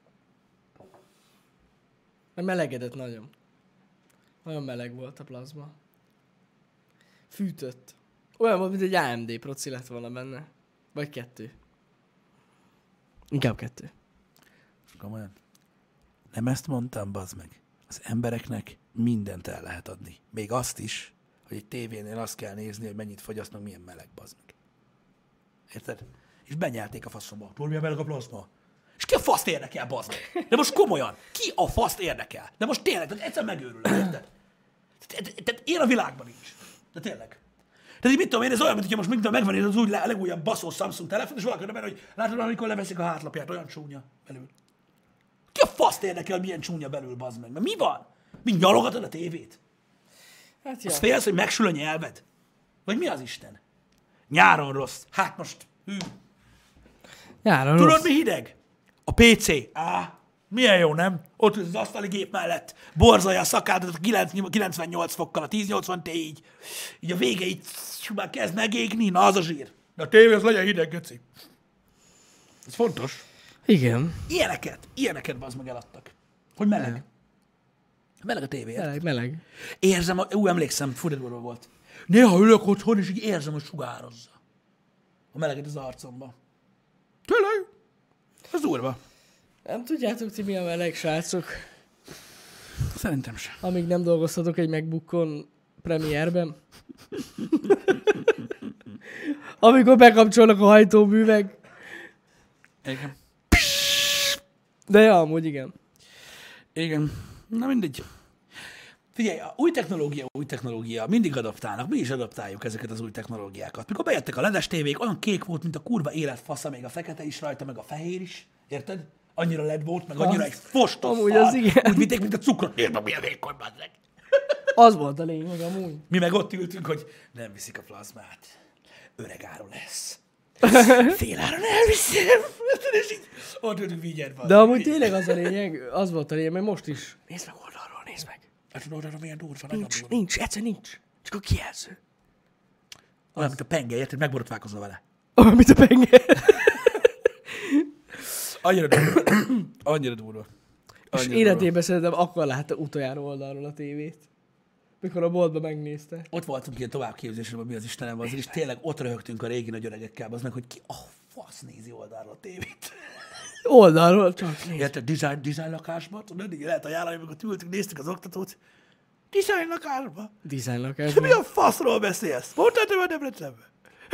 Mert melegedett nagyon. Nagyon meleg volt a plazma. Fűtött. Olyan volt, mint egy á em dé proci lett volna benne. Vagy kettő. Inkább kettő. Komolyan. Nem ezt mondtam, bazd meg. Az embereknek mindent el lehet adni. Még azt is, hogy egy tévénél azt kell nézni, hogy mennyit fogyasztnak, milyen meleg, bazd meg. Érted? És benyelték a faszomba. Tudod, milyen meleg a plazma? És ki a faszt érdekel, bazd meg? De most komolyan. Ki a faszt érdekel? De most tényleg, tehát egyszer megőrülök, érted? Tehát én a világban nincs. De tényleg. Tehát így mit tudom én, ez olyan, mint hogyha most mindent megvenni az új legújabb baszós Samsung telefon, és valaki benne, hogy látod, amikor leveszik a hátlapját, olyan csúnya belül. Ki a faszt érdekel, milyen csúnya belül, bazd meg? Mert mi van? Mi nyalogatod a tévét? Hát ja. Azt félsz, hogy megsül a nyelved? Vagy mi az Isten? Nyáron rossz. Hát most, hű. Nyáron Tudod, rossz. mi hideg? A pé cé. Á, milyen jó, nem? Ott az asztali gép mellett. Borzolja a szakádat a kilencvennyolc fokkal, a tíz nyolcvan Ti így. Így a vége így már kezd megégni. Na, az a zsír. De a tévé az legyen hideg, Göci. Ez fontos. Igen. Ilyeneket, ilyeneket bazd meg eladtak. Hogy meleg. Meleg a tévé. Meleg, meleg. Érzem, a, ú, emlékszem, furítból volt. Néha ülök otthon, és így érzem, hogy sugározza. A meleget az arcomba. Tényleg? Ez durva. Nem tudjátok ti mi a meleg, srácok? Szerintem sem. Amíg nem dolgoztatok egy MacBookon Premierben. Amikor bekapcsolnak a hajtóművek. Igen. De ja, amúgy igen. Igen. Na mindegy. Figyelj, a új technológia, új technológia, mindig adaptálnak, mi is adaptáljuk ezeket az új technológiákat. Mikor bejöttek a ledes tévék, olyan kék volt, mint a kurva élet fasza, még a fekete is rajta, meg a fehér is, érted? Annyira led volt, meg annyira egy fostos amúgy szar, az igen. úgy vitték, mint a cukrot. Érd meg, milyen vékony, bazzeg. Az volt a lényeg amúgy. Mi meg ott ültünk, hogy nem viszik a plazmát. Öreg áru lesz. Fél áron elviszem. És így ott ültünk vigyert. De amúgy tényleg az a lényeg, az volt a lényeg, mert most is. Nézd meg oldalról, nézd meg. Hát oldalra milyen durva, nagyon Nincs, durva. nincs, egyszer nincs. Csak a kijelző. Olyan, mint a penge, érted? Megborotválkozol vele. Olyan, mint a penge. Annyira durva. Annyira durva. És Annyira életében szerintem akkor látta utoljára oldalról a tévét. Mikor a boltba megnézte. Ott voltunk ilyen továbbképzésben, mi az Istenem az, és tényleg ott röhögtünk a régi nagy öregekkel, az meg, hogy ki a fasz nézi oldalról a tévét. Oldalról csak nézd. Érted, design, design lakásban, tudod, így lehet ajánlani, amikor ültünk, néztük az oktatót. Design lakásban? Design Mi lakásban. a faszról beszélsz? Mondtad, hogy van Debrecenben?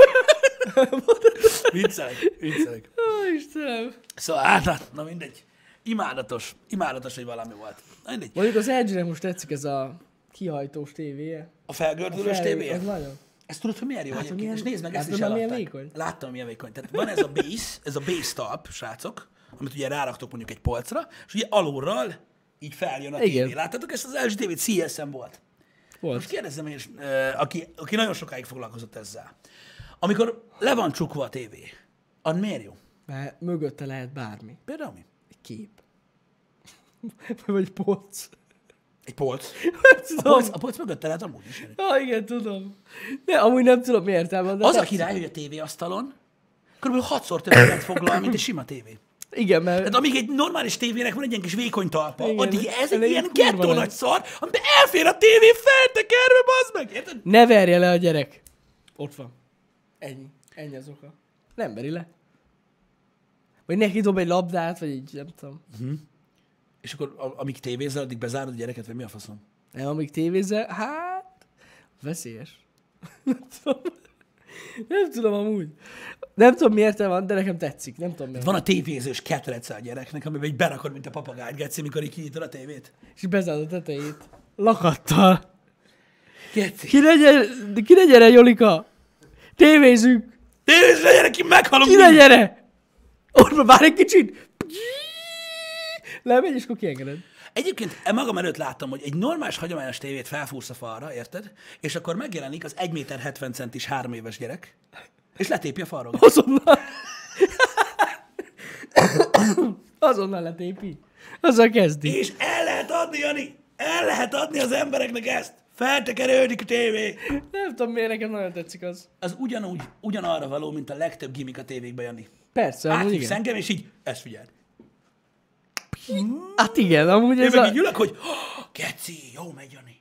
Viccelek, viccelek. Ó, Istenem. Szóval, hát, hát, na mindegy. Imádatos, imádatos, hogy valami volt. Na mindegy. Mondjuk az el gé-nek most tetszik ez a kihajtós tévéje. A felgördülős Fel- tévé? Az nagyon. Ezt tudod, hogy milyen jó egyébként? milyen- És nézd meg, ezt látod is már, milyen eladták. vékony? Láttam, milyen vékony. Tehát van ez a base, ez a base talp, srácok, amit ugye ráraktok mondjuk egy polcra, és ugye alulról így feljön a Igen. tévé. Láttátok ezt az el gé tévét? cé es em volt. Volt. Most kérdezzem én is, uh, aki, aki nagyon sokáig foglalkozott ezzel. Amikor le van csukva a tévé, az miért jó? Mert mögötte lehet bármi. Például mi? Egy kép. Vagy polc. Egy polc. Nem A tudom. polc, a polc mögötte lehet amúgy is. Ah, igen, tudom. De amúgy nem tudom, mi értelme. De Az a tetszik. király, hogy a tévéasztalon kb. hatszor többet foglal, mint egy sima tévé. Igen, mert... Tehát amíg egy normális tévének van egy ilyen kis vékony talpa, Igen, addig ez egy elég ilyen kurva gettó nagy. nagy szar, amiben elfér a tévé feltekerve, bazd meg, érted? Ne verje le a gyerek. Ott van. Ennyi. Ennyi az oka. Nem veri le. Vagy neki dob egy labdát, vagy így, nem tudom. És akkor a- amíg tévézel, addig bezárod a gyereket, vagy mi a faszom? Nem, amíg tévézzel, hát... Veszélyes. Nem tudom. Nem tudom amúgy. Nem tudom miért van, de nekem tetszik. Nem tudom miért. Van a tévézős ketrece a gyereknek, amiben így berakod, mint a papagájt, geci, mikor így kinyitod a tévét. És bezárod a tetejét. Lakattal. Geci. Ki ne gyere, ki ne gyere, Jolika! Tévézzünk! Tévézz le, gyerek, meghalunk! Ki ne gyere! Ott van, várj egy kicsit! Lemegy, és akkor kiengeded. Egyébként e magam előtt láttam, hogy egy normális, hagyományos tévét felfúrsz a falra, érted? És akkor megjelenik az egy méter hetven centis három éves gyerek, és letépi a falról. Azonnal. Azonnal letépi. Azzal kezdi. És el lehet adni, Jani, el lehet adni az embereknek ezt. Feltekerődik a tévé. Nem tudom miért, nekem nagyon tetszik az. Az ugyanúgy, ugyanarra való, mint a legtöbb gimmick a tévékben, Jani. Persze, amúgy Áthívsz igen. engem, és így, ezt figyeld. Hát igen, amúgy Én ez meg a... így ülök, hogy oh, geci, jó megy, Jani.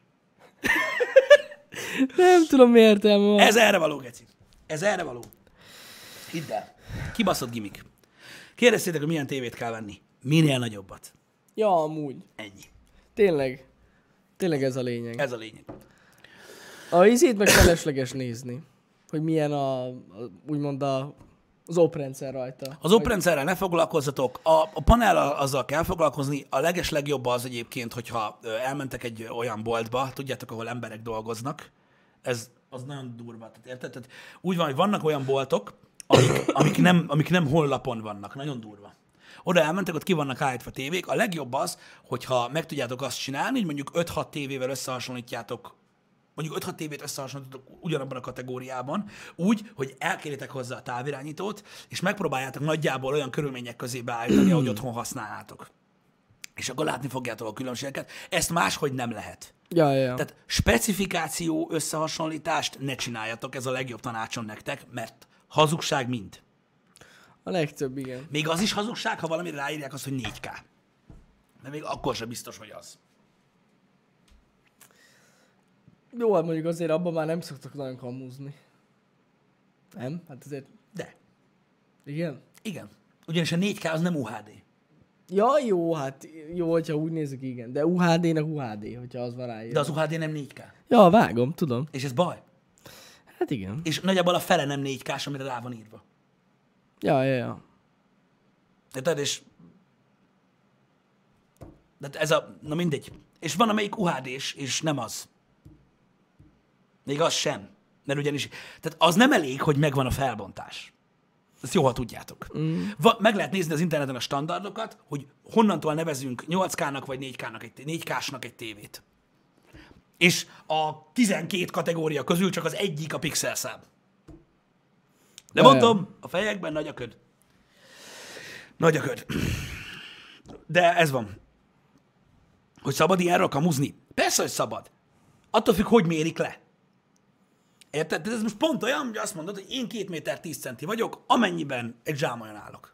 Nem tudom mi értelme van. Ez erre való, geci. Ez erre való. Hidd el. Kibaszott gimmick. Kérdeztétek, hogy milyen tévét kell venni. Minél nagyobbat. Ja, amúgy. Ennyi. Tényleg. Tényleg ez a lényeg. Ez a lényeg. A izét meg felesleges nézni. Hogy milyen a, a úgymond a, az oprendszer rajta. Az oprendszerrel ne foglalkozzatok, a, a panel azzal kell foglalkozni, a leges legjobb az egyébként, hogyha ö, elmentek egy olyan boltba, tudjátok, ahol emberek dolgoznak, ez az nagyon durva, tehát érted? Tehát úgy van, hogy vannak olyan boltok, amik, amik, nem, amik nem honlapon vannak, nagyon durva. Oda elmentek, ott ki vannak állítva tévék, a legjobb az, hogyha meg tudjátok azt csinálni, hogy mondjuk öt-hat tévével összehasonlítjátok, mondjuk öt-hat tévét összehasonlítatok ugyanabban a kategóriában, úgy, hogy elkéritek hozzá a távirányítót, és megpróbáljátok nagyjából olyan körülmények közé beállítani, ahogy otthon használnátok. És akkor látni fogjátok a különbségeket. Ezt máshogy nem lehet. Ja, ja, ja. Tehát specifikáció összehasonlítást ne csináljatok, ez a legjobb tanácsom nektek, mert hazugság mind. A legtöbb, igen. Még az is hazugság, ha valamire ráírják azt, hogy négy ká. Mert még akkor sem biztos, hogy az. Jó, hát mondjuk azért abban már nem szoktak nagyon kamúzni. Nem? Hát azért... De. Igen? Igen. Ugyanis a négy ká az nem u há dé. Ja, jó, hát jó, hogyha úgy nézzük, igen. De u há dé-nek u há dé, hogyha az van ráírva. De az u há dé nem négy ká. Ja, vágom, tudom. És ez baj. Hát igen. És nagyjából a fele nem négy ká-s, amire rá van írva. Ja, ja, ja. Érted? És... De ez a... Na mindegy. És van amelyik u há dés, és nem az. Még az sem. Mert ugyanis... Tehát az nem elég, hogy megvan a felbontás. Ezt jó, ha tudjátok. Mm. Va, meg lehet nézni az interneten a standardokat, hogy honnantól nevezünk nyolc ká-nak vagy négy ká-nak egy, négy ká-snak egy tévét. És a tizenkét kategória közül csak az egyik a pixel szám. De Ja, mondom, a fejekben nagy a köd. Nagy a köd. De ez van. Hogy szabad ilyenről kamuzni? Persze, hogy szabad. Attól függ, hogy mérik le. Érted? Ez most pont olyan, hogy azt mondod, hogy én két méter tíz centi vagyok, amennyiben egy zsámolyan állok.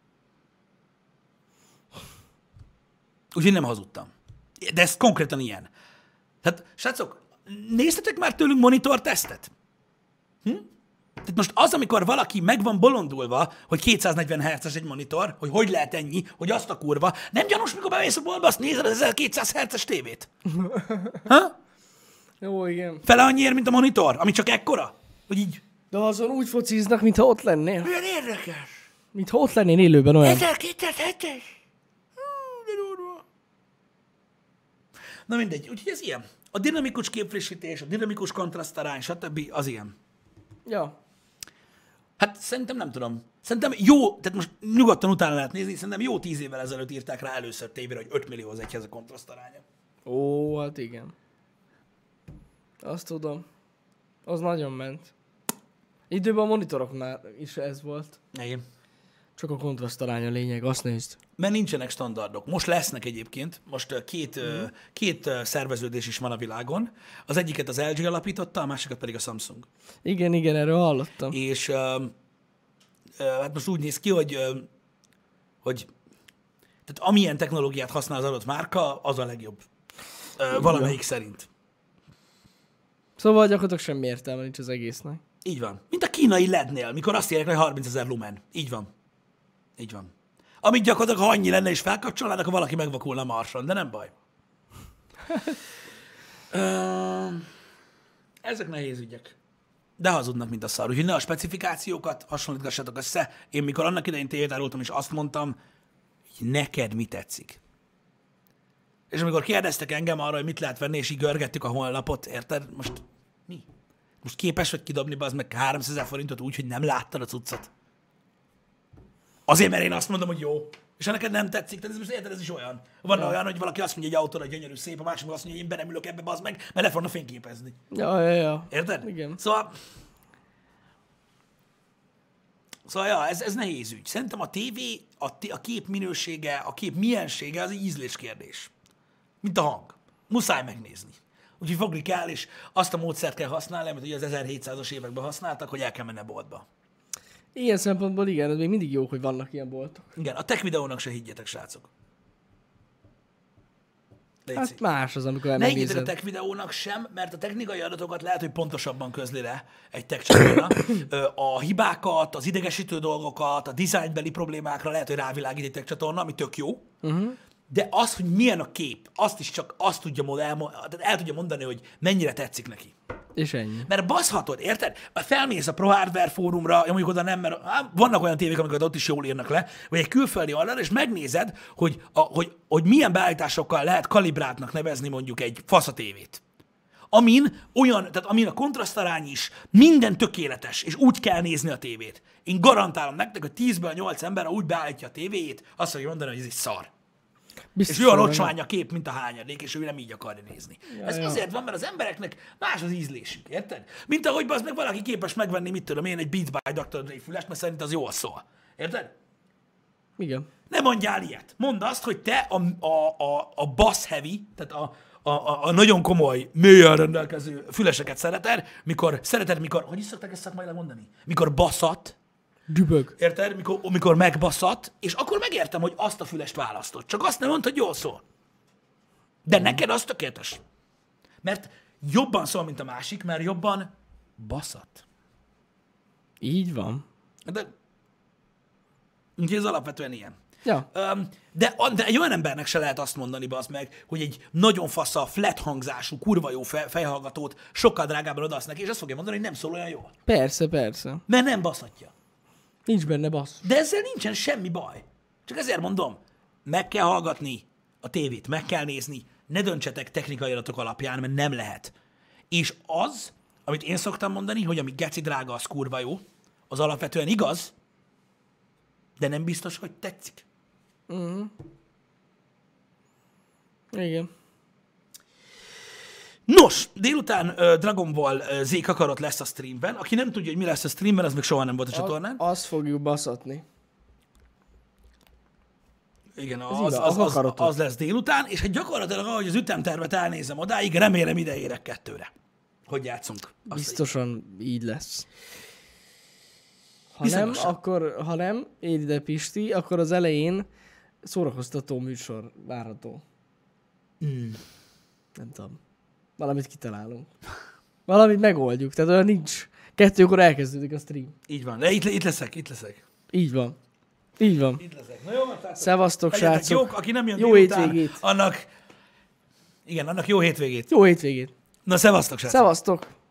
Úgyhogy nem hazudtam. De ez konkrétan ilyen. Tehát, srácok, néztetek már tőlünk monitor tesztet? Hm? Tehát most az, amikor valaki meg van bolondulva, hogy kétszáznegyven hertzes egy monitor, hogy hogy lehet ennyi, hogy azt a kurva, nem gyanús, mikor bemész a boltba, azt nézed az ezerkétszáz hertzes tévét. Ha? Jó, igen. Fele annyiért, mint a monitor, ami csak ekkora? Hogy így... De azon úgy fociznak, mintha ott lennél. Milyen érdekes. Mintha ott lennél élőben olyan. ezerkétszázhetes. De durva. Na mindegy, úgyhogy ez ilyen. A dinamikus képfrissítés, a dinamikus kontrasztarány, stb. Az ilyen. Ja. Hát szerintem nem tudom. Szerintem jó, tehát most nyugodtan utána lehet nézni, szerintem jó tíz évvel ezelőtt írták rá először tévére, hogy öt millió az egyhez a kontrasztaránya. Ó, hát igen. Azt tudom. Az nagyon ment. Időben a monitoroknál is ez volt. Igen. Csak a kontrasztarány a lényeg, azt nézd. Mert nincsenek standardok. Most lesznek egyébként. Most uh, két, uh, két uh, szerveződés is van a világon. Az egyiket az el gé alapította, a másikat pedig a Samsung. Igen, igen, erről hallottam. És uh, uh, hát most úgy néz ki, hogy, uh, hogy tehát amilyen technológiát használ az adott márka, az a legjobb. Uh, valamelyik szerint. Szóval gyakorlatilag semmi értelme nincs az egésznek. Így van. Mint a kínai lednél, mikor azt írják, hogy harmincezer lumen. Így van. Így van. Amit gyakorlatilag, ha annyi lenne és felkapcsolnának, akkor valaki megvakulna a Marson, de nem baj. uh, ezek nehéz ügyek. De hazudnak, mint a szar. Úgyhogy ne a specifikációkat hasonlítgassatok össze. Én mikor annak idején tévét árultam, és azt mondtam, hogy neked mi tetszik. És amikor kérdeztek engem arra, hogy mit lehet venni, és így görgettük a honlapot, érted? Most mi? Most képes vagy kidobni be az meg háromszázezer forintot úgy, hogy nem láttad a cuccot? Azért, mert én azt mondom, hogy jó. És ha neked nem tetszik, tehát ez most érted, ez is olyan. Van ja. olyan, hogy valaki azt mondja, hogy egy autóra gyönyörű szép, a másik meg azt mondja, hogy én be nem ülök ebbe, bazd meg, mert le fognak fényképezni. Ja, ja, ja. Érted? Igen. Szóval Szóval ja, ez, ez nehéz ügy. Szerintem a tévé, a, t- a kép minősége, a kép miensége az egy ízléskérdés. Mint a hang. Muszáj megnézni. Úgyhogy fogni kell, és azt a módszert kell használni, amit ugye az ezerhétszázas években használtak, hogy el kell menni a boltba. Ilyen szempontból igen, ez még mindig jó, hogy vannak ilyen boltok. Igen, a tech videónak se higgyetek, srácok. Légy Hát szíves. más az, amikor Ne higgyetek a megnézed. tech videónak sem, mert a technikai adatokat lehet, hogy pontosabban közli le egy tech csatorna. Ö, A hibákat, az idegesítő dolgokat, a dizájnbeli problémákra lehet, hogy rávilágít egy tech csatorna, ami tök jó. Uh-huh. De az, hogy milyen a kép, azt is csak azt tudja mond, el, el tudja mondani, hogy mennyire tetszik neki. És ennyi. Mert baszhatod, érted? Mert felmész a Pro Hardware fórumra, ja, mondjuk oda nem, mert á, vannak olyan tévék, amiket ott is jól írnak le, vagy egy külföldi oldalra, és megnézed, hogy, a, hogy, hogy milyen beállításokkal lehet kalibráltnak nevezni mondjuk egy faszatévét. Amin olyan, tehát amin a kontrasztarány is, minden tökéletes, és úgy kell nézni a tévét. Én garantálom nektek, hogy tízből nyolc ember, ha úgy beállítja a tévéjét, azt fogja mondani, hogy ez egy szar. Biztos És olyan van, ocsmány a kép, mint a hányadék, és ő nem így akarja nézni. Ja, Ez ja. azért van, mert az embereknek más az ízlésük, érted? Mint ahogy az meg valaki képes megvenni, mit tudom én, egy Beats by doktor Dre fülest, mert szerint az jól szól. Érted? Igen. Ne mondjál ilyet. Mondd azt, hogy te a, a, a, a bass heavy, tehát a, a, a, a nagyon komoly, mélyen rendelkező füleseket szereted, mikor szereted, mikor, hogy is szokták ezt szakmailag mondani? Mikor basszat, Dübög. érted? Mikor, mikor megbasszat, és akkor megértem, hogy azt a fülest választott. Csak azt nem mondta, hogy jól szól. De neked az tökéletes. Mert jobban szól, mint a másik, mert jobban baszat. Így van. De úgyhogy ez alapvetően ilyen. Ja. Öm, De, de egy olyan embernek se lehet azt mondani, bazd meg, hogy egy nagyon fasza, flat hangzású, kurva jó fe- fejhallgatót sokkal drágában odaadsz neki, és azt fogja mondani, hogy nem szól olyan jól. Persze, persze. Mert nem baszhatja. Nincs benne bassz. De ezzel nincsen semmi baj. Csak ezért mondom, meg kell hallgatni a tévét, meg kell nézni, ne döntsetek technikai adatok alapján, mert nem lehet. És az, amit én szoktam mondani, hogy ami geci drága, az kurva jó, az alapvetően igaz, de nem biztos, hogy tetszik. Igen. Nos, délután uh, Dragon Ball uh, Z Kakarot lesz a streamben. Aki nem tudja, hogy mi lesz a streamben, az még soha nem volt a csatornán. A, azt fogjuk baszatni. Igen, Ez az, igaz, az, a az, Kakarotot. az lesz délután, és hát gyakorlatilag, ahogy az ütemtervet elnézem odáig, remélem ide érek kettőre. Hogy játszunk. Azt Biztosan így lesz. Ha Bizonyosan. nem, akkor, ha nem, ér ide Pisti, akkor az elején szórakoztató műsor várható. Mm. Nem tudom. Valamit kitalálunk. Valamit megoldjuk. Tehát olyan nincs. Kettőkor elkezdődik a stream. Így van. De itt, itt leszek, itt leszek. Így van. Így van. Itt leszek. Na jó, mert Szevasztok, legyetek srácok. jók, aki nem jön Jó délután, hétvégét. annak, igen, annak jó hétvégét. Jó hétvégét. Na, szevasztok, srácok. Szevasztok.